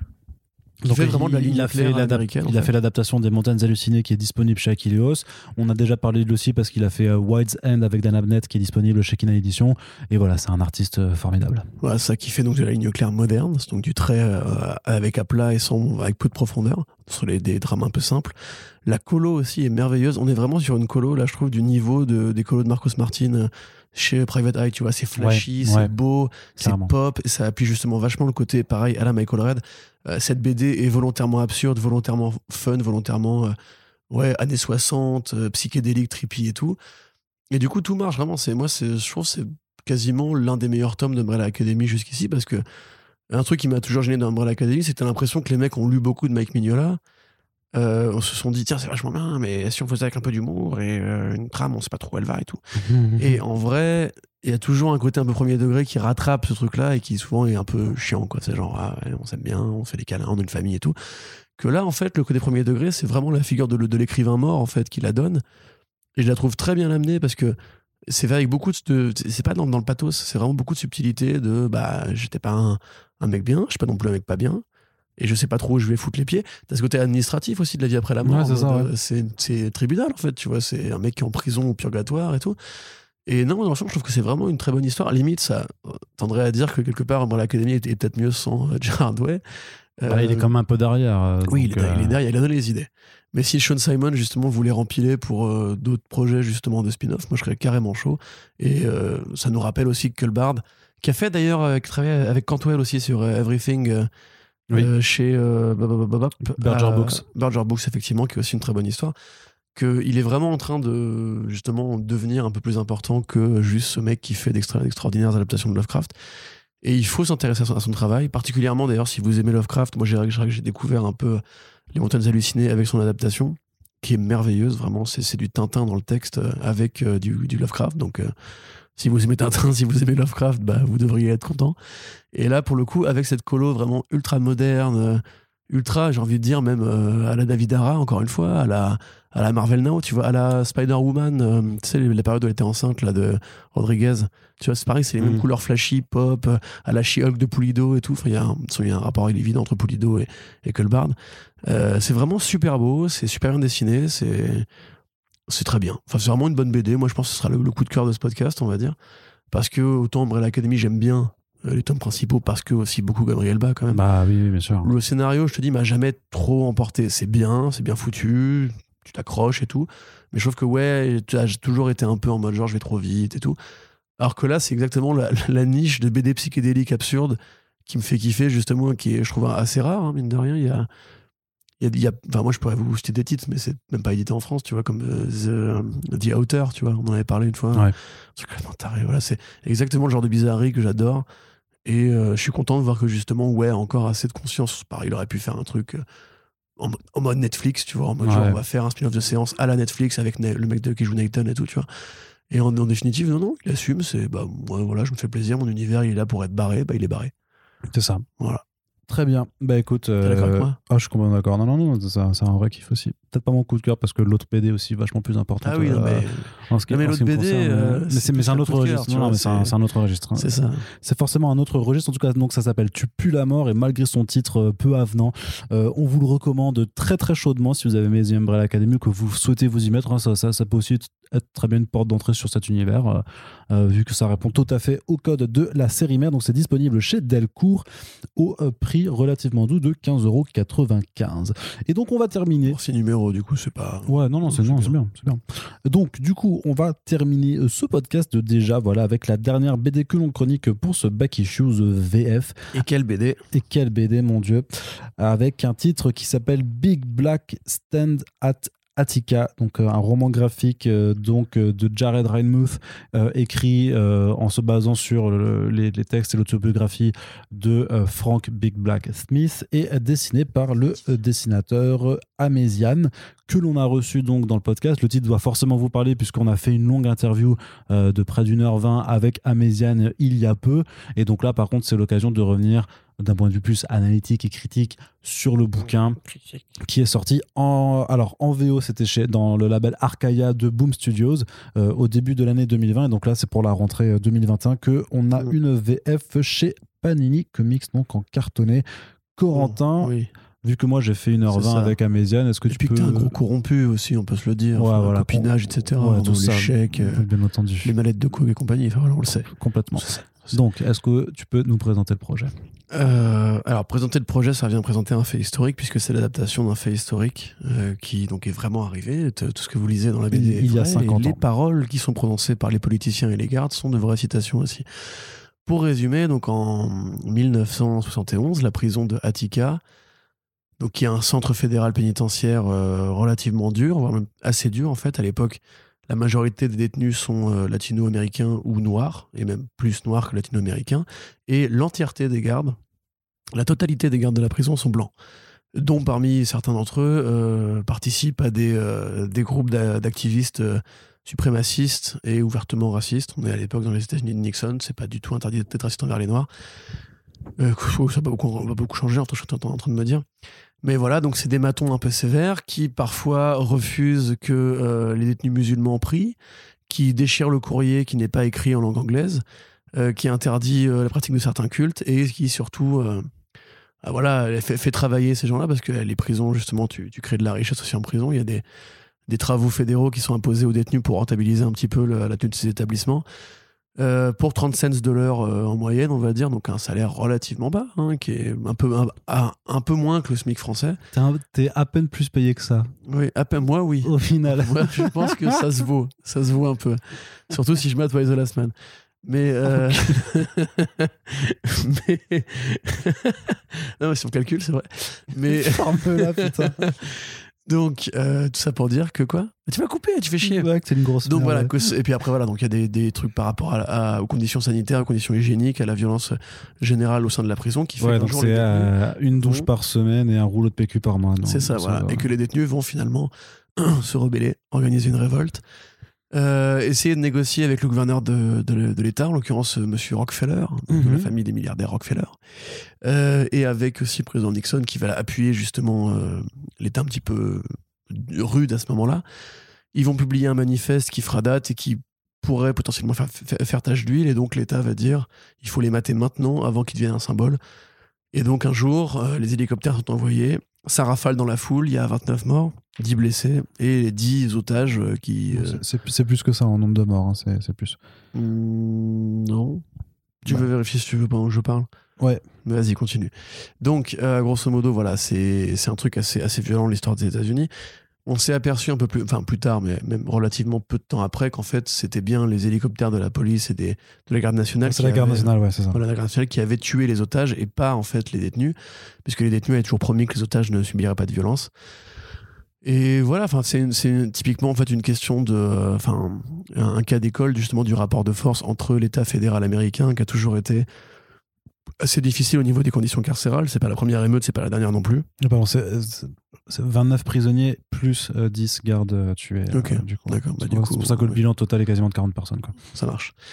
Qui Donc fait vraiment il, de la ligne il a fait américaine. Il a fait, fait l'adaptation des Montagnes Hallucinées qui est disponible chez Achilleos. On a déjà parlé de lui aussi parce qu'il a fait uh, Wide's End avec Dan Abnett qui est disponible chez Kina Edition. Et voilà, c'est un artiste euh, formidable. Voilà, ça qui fait donc de la ligne claire moderne, c'est donc du trait euh, avec à plat et sans, avec peu de profondeur, sur les, des drames un peu simples. La colo aussi est merveilleuse. On est vraiment sur une colo, là, je trouve, du niveau de, des colos de Marcos Martin chez Private Eye, tu vois, c'est flashy, ouais, c'est ouais, beau, carrément. C'est pop, et ça appuie justement vachement le côté, pareil, à la Michael Red. Euh, cette B D est volontairement absurde, volontairement fun, volontairement, euh, ouais, années soixante, euh, psychédélique, trippy et tout. Et du coup, tout marche, vraiment. C'est, moi, c'est, je trouve que c'est quasiment l'un des meilleurs tomes d'Umbrella Academy jusqu'ici, parce que un truc qui m'a toujours gêné dans Umbrella Academy, c'est que t'as l'impression que les mecs ont lu beaucoup de Mike Mignola. Euh, on se sont dit tiens c'est vachement bien mais si on faisait avec un peu d'humour et euh, une trame on sait pas trop où elle va et tout mmh. Et en vrai il y a toujours un côté un peu premier degré qui rattrape ce truc là et qui souvent est un peu chiant quoi. C'est genre ah, ouais, on s'aime bien, on fait des câlins, on a une famille et tout, que là en fait le côté premier degré c'est vraiment la figure de, de l'écrivain mort en fait qui la donne et je la trouve très bien amenée parce que c'est fait avec beaucoup de c'est pas dans, dans le pathos, c'est vraiment beaucoup de subtilité de bah j'étais pas un, un mec bien, je suis pas non plus un mec pas bien et je sais pas trop où je vais foutre les pieds. T'as ce côté administratif aussi de la vie après la mort. Ouais, c'est, ça, ouais. c'est, c'est tribunal en fait, tu vois, c'est un mec qui est en prison au purgatoire et tout. Et non, dans l'ensemble, je trouve que c'est vraiment une très bonne histoire. À la limite, ça tendrait à dire que quelque part, bon, l'Académie était peut-être mieux sans Gerard Way. Euh, bah, il est quand même un peu derrière. Euh, oui, donc, il, est, euh... il est derrière, il a donné les idées. Mais si Sean Simon, justement, voulait rempiler pour euh, d'autres projets, justement, de spin-off, moi, je serais carrément chaud. Et euh, ça nous rappelle aussi Culbard, qui a fait d'ailleurs, euh, qui travaille avec Cantwell aussi sur euh, Everything. Euh, Oui. Euh, chez euh, Berger euh, Books. Berger Books, effectivement, qui est aussi une très bonne histoire. Qu'il est vraiment en train de justement devenir un peu plus important que juste ce mec qui fait d'extra- d'extraordinaires adaptations de Lovecraft. Et il faut s'intéresser à son, à son travail, particulièrement d'ailleurs si vous aimez Lovecraft. Moi, j'ai, j'ai découvert un peu Les Montagnes Hallucinées avec son adaptation, qui est merveilleuse, vraiment. C'est, c'est du Tintin dans le texte avec euh, du, du Lovecraft. Donc, euh, si vous aimez Tintin, si vous aimez Lovecraft, bah, vous devriez être content. Et là, pour le coup, avec cette colo vraiment ultra moderne, euh, ultra, j'ai envie de dire, même euh, à la David Hara, encore une fois, à la, à la Marvel Now, tu vois, à la Spider-Woman, euh, tu sais, la période où elle était enceinte, là, de Rodriguez. Tu vois, c'est pareil, c'est les mmh. mêmes couleurs flashy, pop, à la She-Hulk de Pulido et tout. Enfin, il y a un, il y a un rapport évident entre Pulido et, et Culbard. Euh, c'est vraiment super beau, c'est super bien dessiné, c'est. C'est très bien. Enfin, c'est vraiment une bonne B D. Moi, je pense que ce sera le, le coup de cœur de ce podcast, on va dire. Parce que, autant Umbrella Academy, j'aime bien euh, les tomes principaux, parce que aussi beaucoup Gabriel Ba, quand même. Bah oui, bien sûr. Le scénario, je te dis, m'a jamais trop emporté. C'est bien, c'est bien foutu, tu t'accroches et tout. Mais je trouve que, ouais, j'ai toujours été un peu en mode genre, je vais trop vite et tout. Alors que là, c'est exactement la, la niche de B D psychédélique absurde qui me fait kiffer, justement, qui est, je trouve, assez rare, hein, mine de rien. Il y a. Il y a, enfin, moi, je pourrais vous citer des titres, mais c'est même pas édité en France, tu vois, comme euh, The, The Outer, tu vois, on en avait parlé une fois. Ouais. Un truc vraiment taré, voilà, c'est exactement le genre de bizarrerie que j'adore. Et euh, je suis content de voir que, justement, ouais, encore assez de conscience. Pareil, il aurait pu faire un truc euh, en, en mode Netflix, tu vois, en mode ouais. genre, on va faire un spin-off de séance à la Netflix avec ne- le mec de, qui joue Nathan et tout, tu vois. Et en, en définitive, non, non, il assume, c'est, bah, moi, voilà, je me fais plaisir, mon univers, il est là pour être barré, bah, il est barré. C'est ça. Voilà. Très bien. Bah écoute. T'es d'accord avec moi ? Ah, je suis complètement d'accord. Non, non, non, c'est un vrai kiff aussi. Peut-être pas mon coup de cœur parce que l'autre B D aussi vachement plus important. Ah oui, non, mais, en ce qui, non, mais en ce l'autre qui me B D, concerne, euh, mais c'est, mais c'est un autre registre. Cœur, Non, vois, mais c'est, un, c'est un autre registre. C'est ça. C'est forcément un autre registre. En tout cas, donc ça s'appelle Tu pues la mort et malgré son titre peu avenant, euh, on vous le recommande très très chaudement si vous avez aimé The Umbrella Academy, que vous souhaitez vous y mettre. Hein, ça, ça, ça peut aussi être très bien une porte d'entrée sur cet univers, euh, euh, vu que ça répond tout à fait au code de la série mère. Donc c'est disponible chez Delcourt au euh, prix relativement doux de quinze euros quatre-vingt-quinze. Et donc on va terminer. Pour ces numéros, du coup, c'est pas. Ouais, non, non, c'est, non, c'est bien, c'est bien. Donc du coup, on va terminer ce podcast déjà, voilà, avec la dernière B D que l'on chronique pour ce Back Issues V F. Et quel B D ? Et quel B D, mon Dieu, avec un titre qui s'appelle Big Black Stand at Attica, donc euh, un roman graphique euh, donc euh, de Jared Reinmuth, euh, écrit euh, en se basant sur le, les, les textes et l'autobiographie de euh, Frank Big Black Smith et euh, dessiné par le euh, dessinateur euh, Améziane, que l'on a reçu donc dans le podcast. Le titre doit forcément vous parler puisqu'on a fait une longue interview euh, de près d'une heure vingt avec Améziane il y a peu, et donc là par contre c'est l'occasion de revenir d'un point de vue plus analytique et critique sur le bouquin qui est sorti en, alors en V O, c'était chez, dans le label Archaia de Boom Studios euh, au début de l'année deux mille vingt, et donc là c'est pour la rentrée deux mille vingt et un qu'on a une V F chez Panini Comics, donc en cartonné. Corentin, oh, oui. Vu que moi j'ai fait une heure vingt avec Améziane, est-ce que et tu puis peux... que t'es un gros corrompu aussi, on peut se le dire. Ouais, enfin, voilà, le copinage, et cetera. Ouais, tout les ça, chèques, bien entendu. les mallettes de Coog et compagnie, enfin voilà, on le sait. Complètement. C'est ça, c'est ça. Donc, est-ce que tu peux nous présenter le projet ? euh, Alors, présenter le projet, ça vient présenter un fait historique, puisque c'est l'adaptation d'un fait historique euh, qui donc est vraiment arrivé. Tout ce que vous lisez dans la B D il, il y a cinquante et ans. Les paroles qui sont prononcées par les politiciens et les gardes sont de vraies citations aussi. Pour résumer, donc en mille neuf cent soixante et onze, la prison de Attica, donc qui est un centre fédéral pénitentiaire euh, relativement dur, voire même assez dur en fait. À l'époque, la majorité des détenus sont euh, latino-américains ou noirs, et même plus noirs que latino-américains, et l'entièreté des gardes, la totalité des gardes de la prison sont blancs, dont parmi certains d'entre eux euh, participent à des, euh, des groupes d'a- d'activistes euh, suprémacistes et ouvertement racistes. On est à l'époque dans les États-Unis de Nixon, c'est pas du tout interdit d'être raciste envers les noirs. Euh, ça va beaucoup, va beaucoup changer, je suis en train de me dire. Mais voilà, donc c'est des matons un peu sévères qui parfois refusent que euh, les détenus musulmans prient, qui déchirent le courrier qui n'est pas écrit en langue anglaise, euh, qui interdit euh, la pratique de certains cultes et qui surtout euh, ah, voilà, fait, fait travailler ces gens-là, parce que les prisons, justement, tu, tu crées de la richesse aussi en prison. Il y a des, des travaux fédéraux qui sont imposés aux détenus pour rentabiliser un petit peu le, la tenue de ces établissements. Euh, pour trente cents de l'heure euh, en moyenne, on va dire, donc un salaire relativement bas, hein, qui est un peu, un, un, un peu moins que le SMIC français. T'es, un, t'es à peine plus payé que ça. Oui, à peine, moi, oui. Au final. Moi, je pense que ça se vaut, ça se vaut un peu. Surtout si je mate Why the Last Man. Mais, euh... mais... non, mais si on calcule, c'est vrai. Mais Ferme-la, putain. Donc, euh, tout ça pour dire que quoi ? Tu m'as coupé, tu fais chier. Ouais, que c'est une grosse. Donc merde, voilà, ouais. que et puis après voilà, donc il y a des, des trucs par rapport à, à, aux conditions sanitaires, aux conditions hygiéniques, à la violence générale au sein de la prison qui fait Ouais, qu'un donc jour c'est les euh, une douche vont... par semaine et un rouleau de P Q par mois. Non, c'est ça, ça voilà, va. Et que les détenus vont finalement se rebeller, organiser une révolte, euh, essayer de négocier avec le gouverneur de, de, de l'État, en l'occurrence Monsieur Rockefeller, Mm-hmm. de la famille des milliardaires Rockefeller, euh, et avec aussi le président Nixon qui va appuyer justement euh, l'État un petit peu rude à ce moment-là. Ils vont publier un manifeste qui fera date et qui pourrait potentiellement faire, faire tache d'huile, et donc l'État va dire il faut les mater maintenant avant qu'ils deviennent un symbole. Et donc un jour, euh, les hélicoptères sont envoyés, ça rafale dans la foule, il y a vingt-neuf morts, dix blessés et dix otages euh, qui... Euh... C'est, c'est, c'est plus que ça en nombre de morts, hein, c'est, c'est plus. Mmh, non. Tu bah. veux vérifier si tu veux pendant que je parle ? Ouais. Mais vas-y, continue. Donc, euh, grosso modo, voilà, c'est, c'est un truc assez, assez violent, l'histoire des États-Unis. On s'est aperçu un peu plus, enfin plus tard, mais même relativement peu de temps après, qu'en fait, c'était bien les hélicoptères de la police et des, de la garde nationale. C'est la garde nationale, ouais, c'est ça. Voilà, la garde nationale qui avait tué les otages et pas en fait les détenus, puisque les détenus avaient toujours promis que les otages ne subiraient pas de violence. Et voilà, enfin c'est, une, c'est une, typiquement en fait une question de, enfin un, un cas d'école justement du rapport de force entre l'État fédéral américain qui a toujours été assez difficile au niveau des conditions carcérales. C'est pas la première émeute, c'est pas la dernière non plus. Pardon, c'est, c'est, c'est vingt-neuf prisonniers plus euh, dix gardes tués. Ok, euh, du coup. d'accord. Bah, c'est, du c'est coup, pour ça que le oui. bilan total est quasiment de quarante personnes. Quoi. Ça marche.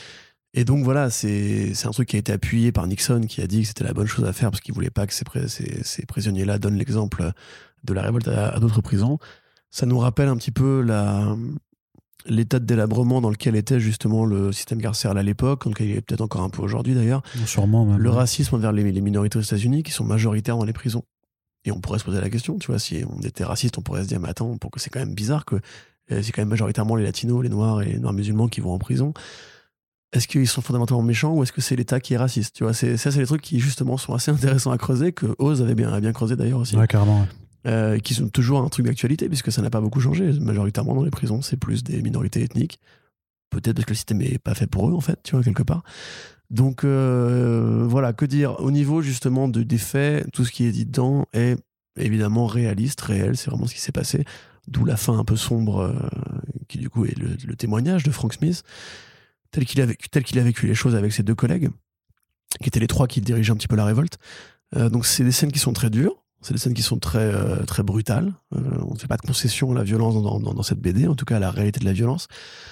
Et donc voilà, c'est, c'est un truc qui a été appuyé par Nixon, qui a dit que c'était la bonne chose à faire parce qu'il voulait pas que ces, pr- ces, ces prisonniers-là donnent l'exemple de la révolte à, à d'autres prisons. Ça nous rappelle un petit peu la, l'état de délabrement dans lequel était justement le système carcéral à l'époque, dans lequel il est peut-être encore un peu aujourd'hui d'ailleurs. Sûrement même. Le racisme envers les, les minorités aux États-Unis qui sont majoritaires dans les prisons. Et on pourrait se poser la question, tu vois, si on était raciste, on pourrait se dire, mais attends, pour que c'est quand même bizarre que euh, c'est quand même majoritairement les latinos, les noirs et les noirs musulmans qui vont en prison. Est-ce qu'ils sont fondamentalement méchants ou est-ce que c'est l'État qui est raciste? Tu vois, c'est, ça, c'est des trucs qui justement sont assez intéressants à creuser, que Oz avait bien, a bien creusé d'ailleurs aussi. Ouais, carrément. Ouais. Euh, qui sont toujours un truc d'actualité puisque ça n'a pas beaucoup changé. Majoritairement dans les prisons, c'est plus des minorités ethniques. Peut-être parce que le système n'est pas fait pour eux, en fait, tu vois, quelque part. Donc, euh, voilà, que dire? Au niveau, justement, de, des faits, tout ce qui est dit dedans est évidemment réaliste, réel, c'est vraiment ce qui s'est passé. D'où la fin un peu sombre, euh, qui du coup est le, le témoignage de Frank Smith, tel qu'il, a vécu, tel qu'il a vécu les choses avec ses deux collègues, qui étaient les trois qui dirigeaient un petit peu la révolte. Euh, donc, c'est des scènes qui sont très dures. C'est des scènes qui sont très, euh, très brutales. Euh, on ne fait pas de concession à la violence dans, dans, dans cette B D, en tout cas à la réalité de la violence.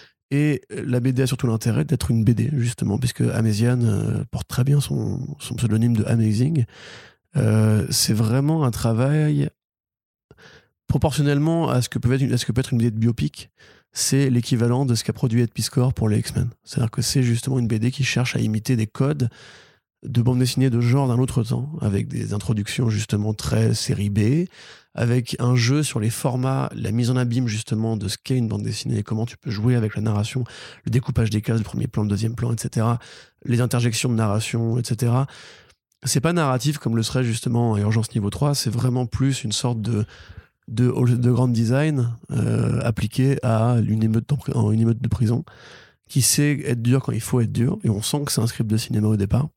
Et la B D a surtout l'intérêt d'être une B D, justement, puisque Amazian euh, porte très bien son, son pseudonyme de Amazing. Euh, c'est vraiment un travail proportionnellement à ce que peut être une, à ce que peut être une B D de biopic. C'est l'équivalent de ce qu'a produit Ed Piscor pour les X-Men. C'est-à-dire que c'est justement une B D qui cherche à imiter des codes de bande dessinée de genre d'un autre temps, avec des introductions justement très série B, avec un jeu sur les formats, la mise en abîme justement de ce qu'est une bande dessinée, comment tu peux jouer avec la narration, le découpage des cases, le premier plan, le deuxième plan, et cetera, les interjections de narration, et cetera. C'est pas narratif comme le serait justement Urgence Niveau trois, c'est vraiment plus une sorte de, de, de grand design euh, appliqué à une émeute, en, une émeute de prison, qui sait être dur quand il faut être dur, et on sent que c'est un script de cinéma au départ.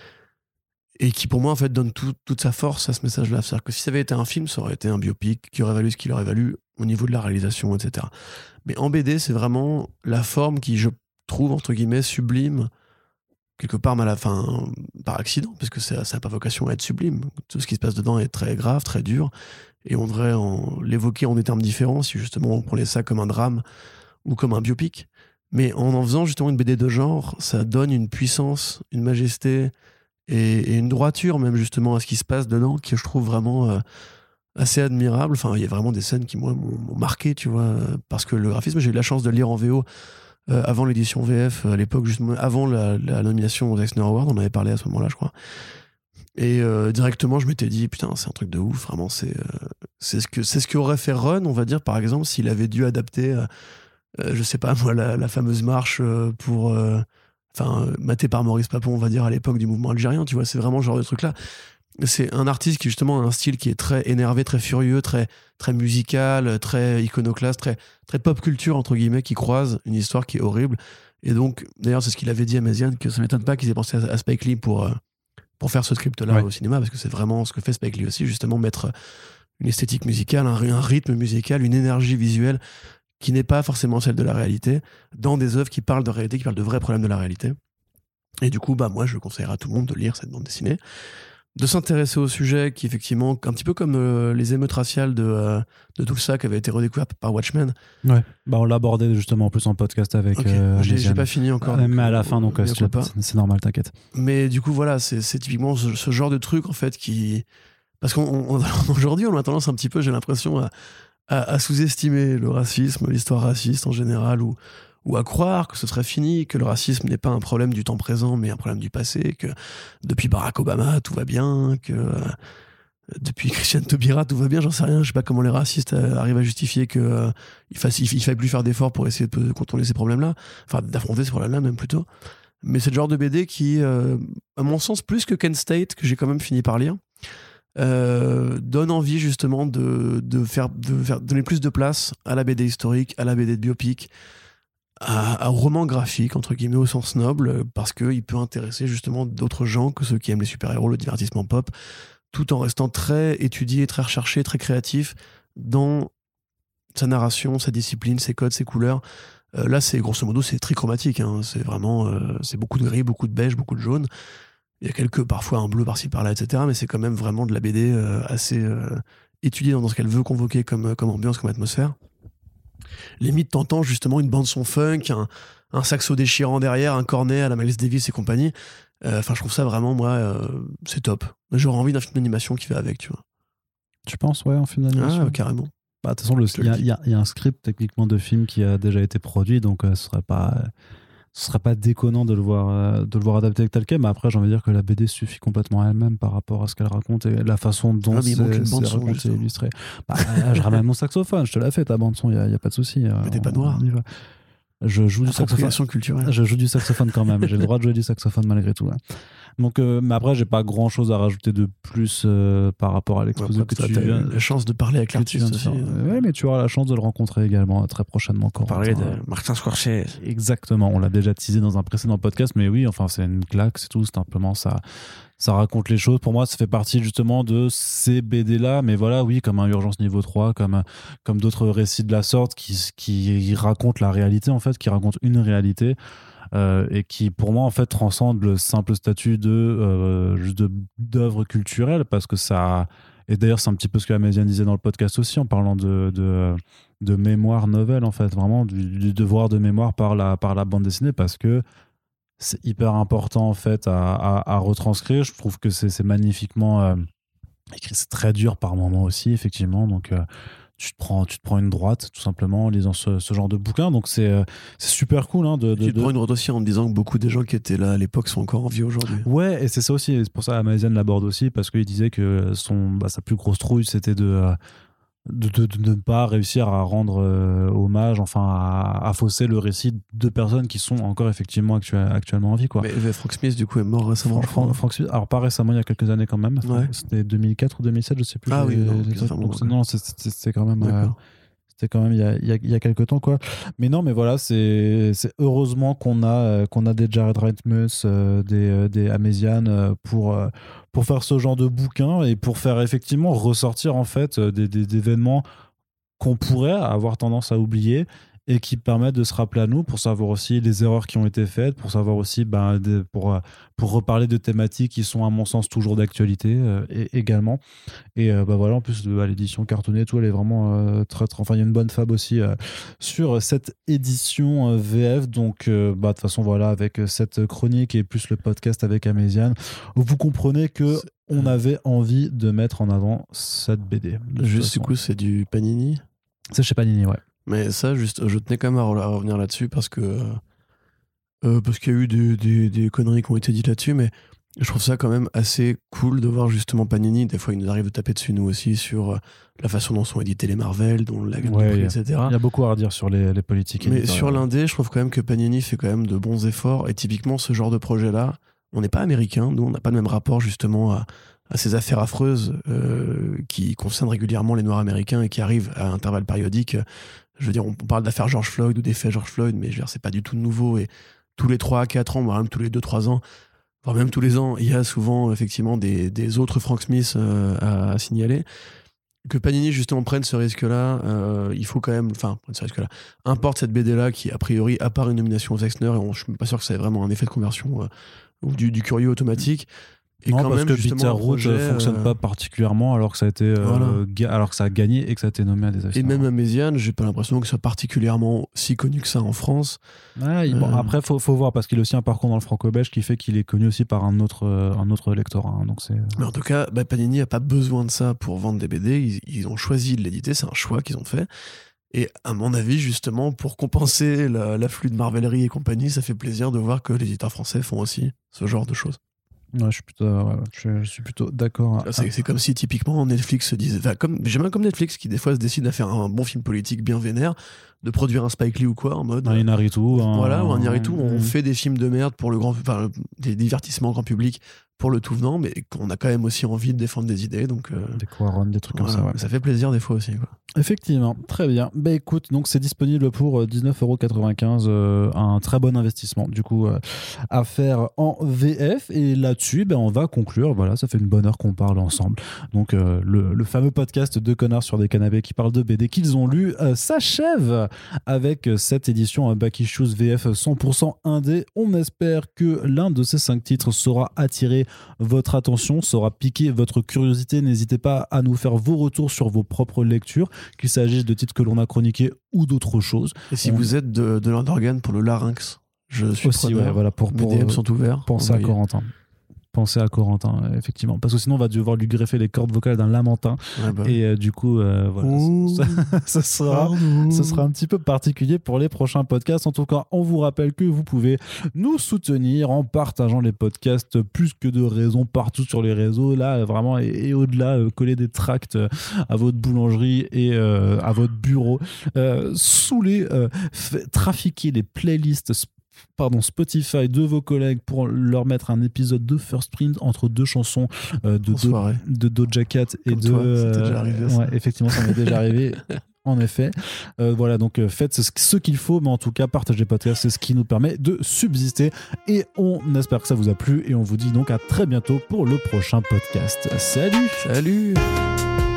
Et qui pour moi en fait donne tout, toute sa force à ce message-là. C'est-à-dire que si ça avait été un film, ça aurait été un biopic qui aurait valu ce qu'il aurait valu au niveau de la réalisation, et cetera. Mais en B D, c'est vraiment la forme qui, je trouve, entre guillemets, sublime, quelque part à la fin, par accident, parce que ça n'a pas vocation à être sublime. Tout ce qui se passe dedans est très grave, très dur, et on devrait en, l'évoquer en des termes différents si justement on prenait ça comme un drame ou comme un biopic. Mais en en faisant justement une B D de genre, ça donne une puissance, une majesté, Et, et une droiture même justement à ce qui se passe dedans que je trouve vraiment euh, assez admirable. Enfin, il y a vraiment des scènes qui moi m'ont, m'ont marqué, tu vois, euh, parce que le graphisme, j'ai eu la chance de le lire en V O euh, avant l'édition V F, euh, à l'époque justement avant la, la nomination aux Eisner Awards, on avait parlé à ce moment-là, je crois. Et euh, directement, je m'étais dit putain, c'est un truc de ouf, vraiment, c'est euh, c'est ce que c'est ce qu'aurait fait Run, on va dire par exemple, s'il avait dû adapter, euh, euh, je sais pas moi, la, la fameuse marche euh, pour euh, enfin, euh, maté par Maurice Papon, on va dire, à l'époque du mouvement algérien, tu vois, c'est vraiment ce genre de truc-là. C'est un artiste qui, justement, a un style qui est très énervé, très furieux, très, très musical, très iconoclaste, très, très pop culture, entre guillemets, qui croise une histoire qui est horrible. Et donc, d'ailleurs, c'est ce qu'il avait dit à Mazian, que ça m'étonne pas qu'ils aient pensé à, à Spike Lee pour, euh, pour faire ce script-là ouais. au cinéma, parce que c'est vraiment ce que fait Spike Lee aussi, justement, mettre une esthétique musicale, un, un rythme musical, une énergie visuelle qui n'est pas forcément celle de la réalité, dans des œuvres qui parlent de réalité, qui parlent de vrais problèmes de la réalité. Et du coup, bah, moi, je conseillerais à tout le monde de lire cette bande dessinée, de s'intéresser au sujet qui, effectivement, un petit peu comme euh, les émeutes raciales de, euh, de Tulsa qui avait été redécouvert par Watchmen. Ouais, bah, on l'abordait justement en plus en podcast avec. Okay. Euh, j'ai, j'ai pas fini encore. Ah, mais à la fin, donc euh, c'est, c'est normal, t'inquiète. Mais du coup, voilà, c'est, c'est typiquement ce, ce genre de truc, en fait, qui. Parce qu'aujourd'hui, on, on, on a tendance un petit peu, j'ai l'impression, à. À, à sous-estimer le racisme, l'histoire raciste en général, ou, ou à croire que ce serait fini, que le racisme n'est pas un problème du temps présent, mais un problème du passé, que depuis Barack Obama, tout va bien, que euh, depuis Christiane Taubira, tout va bien, j'en sais rien, je sais pas comment les racistes euh, arrivent à justifier qu'il euh, il fallait plus faire d'efforts pour essayer de contourner ces problèmes-là, enfin d'affronter ces problèmes-là même plutôt. Mais c'est le genre de B D qui, euh, à mon sens, plus que Kent State, que j'ai quand même fini par lire, Euh, donne envie justement de, de, faire, de faire donner plus de place à la B D historique, à la B D de biopic, à, à roman graphique entre guillemets au sens noble, parce qu'il peut intéresser justement d'autres gens que ceux qui aiment les super-héros, le divertissement pop, tout en restant très étudié, très recherché, très créatif dans sa narration, sa discipline, ses codes, ses couleurs. Euh, là, c'est grosso modo, c'est trichromatique, hein. C'est vraiment euh, c'est beaucoup de gris, beaucoup de beige, beaucoup de jaune. Il y a quelques, parfois un bleu par-ci par-là, et cetera. Mais c'est quand même vraiment de la B D euh, assez euh, étudiée dans ce qu'elle veut convoquer comme, comme ambiance, comme atmosphère. Limite, t'entends justement une bande-son funk, un, un saxo déchirant derrière, un cornet à la Miles Davis et compagnie. Enfin, euh, je trouve ça vraiment, moi, euh, c'est top. J'aurais envie d'un film d'animation qui va avec, tu vois. Tu penses, ouais, en film d'animation? Ah, carrément. Bah, de toute façon, il y, y, y a un script techniquement de film qui a déjà été produit, donc euh, ce serait pas, euh, ce serait pas déconnant de le voir, euh, de le voir adapté tel quel. Mais après, j'ai envie de dire que la B D suffit complètement à elle-même par rapport à ce qu'elle raconte et la façon dont ah, c'est, c'est raconté et illustré. Bah, euh, je ramène mon saxophone, je te l'ai fait ta bande son, il y, y a pas de souci. Mais euh, t'es pas noir. Je joue du saxophone. Culturelle. Je joue du saxophone quand même. J'ai le droit de jouer du saxophone malgré tout. Ouais. Donc, euh, mais après, j'ai pas grand chose à rajouter de plus euh, par rapport à l'exposé ouais, que toi, tu viens. viens. La chance de parler avec l'artiste aussi. Euh... Ouais, mais tu auras la chance de le rencontrer également très prochainement. On parlait de Martin Scorsese. Exactement. On l'a déjà teasé dans un précédent podcast, mais oui, enfin, c'est une claque, c'est tout. C'est simplement ça. Ça raconte les choses. Pour moi, ça fait partie justement de ces B D-là. Mais voilà, oui, comme un Urgence Niveau trois, comme, comme d'autres récits de la sorte qui, qui racontent la réalité, en fait, qui racontent une réalité euh, et qui, pour moi, en fait, transcende le simple statut de, euh, de, d'œuvre culturelle parce que ça... Et d'ailleurs, c'est un petit peu ce que Améziane disait dans le podcast aussi en parlant de... de de mémoire nouvelle, en fait, vraiment, du, du devoir de mémoire par la, par la bande dessinée parce que c'est hyper important en fait à, à, à retranscrire. Je trouve que c'est, c'est magnifiquement euh, écrit. C'est très dur par moments aussi, effectivement. Donc euh, tu, te prends, tu te prends une droite tout simplement en lisant ce, ce genre de bouquin. Donc c'est, euh, c'est super cool. Hein, de, de, tu te de... prends une droite aussi en te disant que beaucoup des gens qui étaient là à l'époque sont encore en vie aujourd'hui. Ouais, et c'est ça aussi. C'est pour ça Améziane l'aborde aussi parce qu'il disait que son, bah, sa plus grosse trouille c'était de... Euh, De, de, de ne pas réussir à rendre euh, hommage, enfin à, à fausser le récit de personnes qui sont encore effectivement actuel, actuellement en vie. Quoi. Mais Frank Smith, du coup, est mort récemment. Frank, Frank, Frank Smith, alors pas récemment, il y a quelques années quand même. Ouais. C'était deux mille quatre ou deux mille sept, je sais plus. Ah oui, non, les, okay, donc, ouais. non, c'est, c'est, c'est quand même. Euh, c'était quand même il y a, il y a, il y a quelques temps, quoi. Mais non, mais voilà, c'est, c'est heureusement qu'on a, euh, qu'on a des Jared Reitmus, euh, des, euh, des Améziane euh, pour, euh, pour faire ce genre de bouquin et pour faire effectivement ressortir en fait des, des, des événements qu'on pourrait avoir tendance à oublier et qui permettent de se rappeler à nous pour savoir aussi les erreurs qui ont été faites, pour savoir aussi, ben, des, pour, pour reparler de thématiques qui sont à mon sens toujours d'actualité euh, et, également. Et euh, bah voilà, en plus, bah, l'édition cartonnée, tout, elle est vraiment euh, très, très... Enfin, il y a une bonne fab aussi euh, sur cette édition euh, V F. Donc, euh, bah, de toute façon, voilà, avec cette chronique et plus le podcast avec Améziane, vous comprenez que c'est... on avait envie de mettre en avant cette B D. Juste, du coup, c'est du Panini. C'est chez Panini, ouais. Mais ça, juste, je tenais quand même à revenir là-dessus parce que euh, parce qu'il y a eu des, des, des conneries qui ont été dites là-dessus, mais je trouve ça quand même assez cool de voir justement Panini. Des fois, il nous arrive de taper dessus nous aussi sur la façon dont sont édités les Marvel, dont la gamme ouais, de prix, a, et cetera. Il y a beaucoup à redire sur les, les politiques. Mais sur l'indé, je trouve quand même que Panini fait quand même de bons efforts. Et typiquement, ce genre de projet-là, on n'est pas américain, nous, on n'a pas le même rapport justement à à ces affaires affreuses euh, qui concernent régulièrement les Noirs américains et qui arrivent à intervalles périodiques. Je veux dire, on parle d'affaires George Floyd ou des faits George Floyd, mais je veux dire, c'est pas du tout nouveau. Et tous les trois à quatre ans, voire même tous les deux trois ans, voire même tous les ans, il y a souvent effectivement des, des autres Frank Smith euh, à, à signaler. Que Panini justement prenne ce risque-là, euh, il faut quand même, enfin, prenne ce risque-là, importe cette B D-là qui, a priori, à part une nomination aux Eisner, et on, je suis pas sûr que ça ait vraiment un effet de conversion euh, ou du, du curieux automatique. Et non, quand parce même, que Peter Root ne euh, fonctionne euh... pas particulièrement alors que ça a été euh, voilà. ga- alors que ça a gagné et que ça a été nommé à des Eisner. Et même Améziane, j'ai pas l'impression que ce soit particulièrement si connu que ça en France. Ah, il, euh... bon, après, faut faut voir parce qu'il a aussi un parcours dans le franco-belge qui fait qu'il est connu aussi par un autre euh, un autre lectorat. Hein, donc c'est. Mais en tout cas, bah, Panini a pas besoin de ça pour vendre des B D. Ils, ils ont choisi de l'éditer, c'est un choix qu'ils ont fait. Et à mon avis, justement, pour compenser la, l'afflux de Marvelerie et compagnie, ça fait plaisir de voir que les éditeurs français font aussi ce genre de choses. Ouais, je suis plutôt, ouais, je, je suis plutôt d'accord. C'est, c'est comme si typiquement Netflix se disait, enfin, comme j'aime bien comme Netflix qui des fois se décide à faire un bon film politique bien vénère, de produire un Spike Lee ou quoi en mode un Inaritu, voilà, un... ou un Inaritu, où on fait des films de merde pour le grand, enfin des divertissements grand public pour le tout venant, mais qu'on a quand même aussi envie de défendre des idées, donc euh, des Quaron, des trucs voilà, comme ça. Ouais. Ça fait plaisir des fois aussi, quoi. Effectivement, très bien. Bah écoute, donc c'est disponible pour dix-neuf euros quatre-vingt-quinze, euh, un très bon investissement du coup euh, à faire en V F. Et là-dessus, bah, on va conclure. Voilà, ça fait une bonne heure qu'on parle ensemble. Donc euh, le, le fameux podcast Deux connards sur des canapés qui parle de B D qu'ils ont lu euh, s'achève avec cette édition euh, Back Issues V F cent pour cent indé. On espère que l'un de ces cinq titres saura attirer votre attention, saura piquer votre curiosité. N'hésitez pas à nous faire vos retours sur vos propres lectures. qu'il s'agisse de titres que l'on a chroniqués ou d'autres choses. Et si On- vous êtes de, de l'organe pour le larynx, je suis Aussi, preneur. ouais, voilà, pour, Mes pour, D M sont ouverts. Pensez à Envoyez. Corentin. Pensez à Corentin, euh, effectivement. Parce que sinon, on va devoir lui greffer les cordes vocales d'un lamentin. Ouais, bah. Et euh, du coup, euh, voilà. Ouh. Ça, ça sera, ce sera un petit peu particulier pour les prochains podcasts. En tout cas, on vous rappelle que vous pouvez nous soutenir en partageant les podcasts plus que de raison partout sur les réseaux. Là, vraiment, et, et au-delà, euh, coller des tracts euh, à votre boulangerie et euh, à votre bureau. Euh, saouler, euh, f- trafiquer les playlists sp- pardon, Spotify de vos collègues pour leur mettre un épisode de First Print entre deux chansons euh, de, En Do- soirée. de Doja Cat et Comme de toi, ça t'est euh, déjà arrivé, ça. ouais, effectivement, ça m'est déjà arrivé. En effet, Euh, voilà, donc euh, faites ce, ce qu'il faut, mais en tout cas, partagez le podcast, c'est ce qui nous permet de subsister. Et on espère que ça vous a plu, et on vous dit donc à très bientôt pour le prochain podcast. Salut! Salut!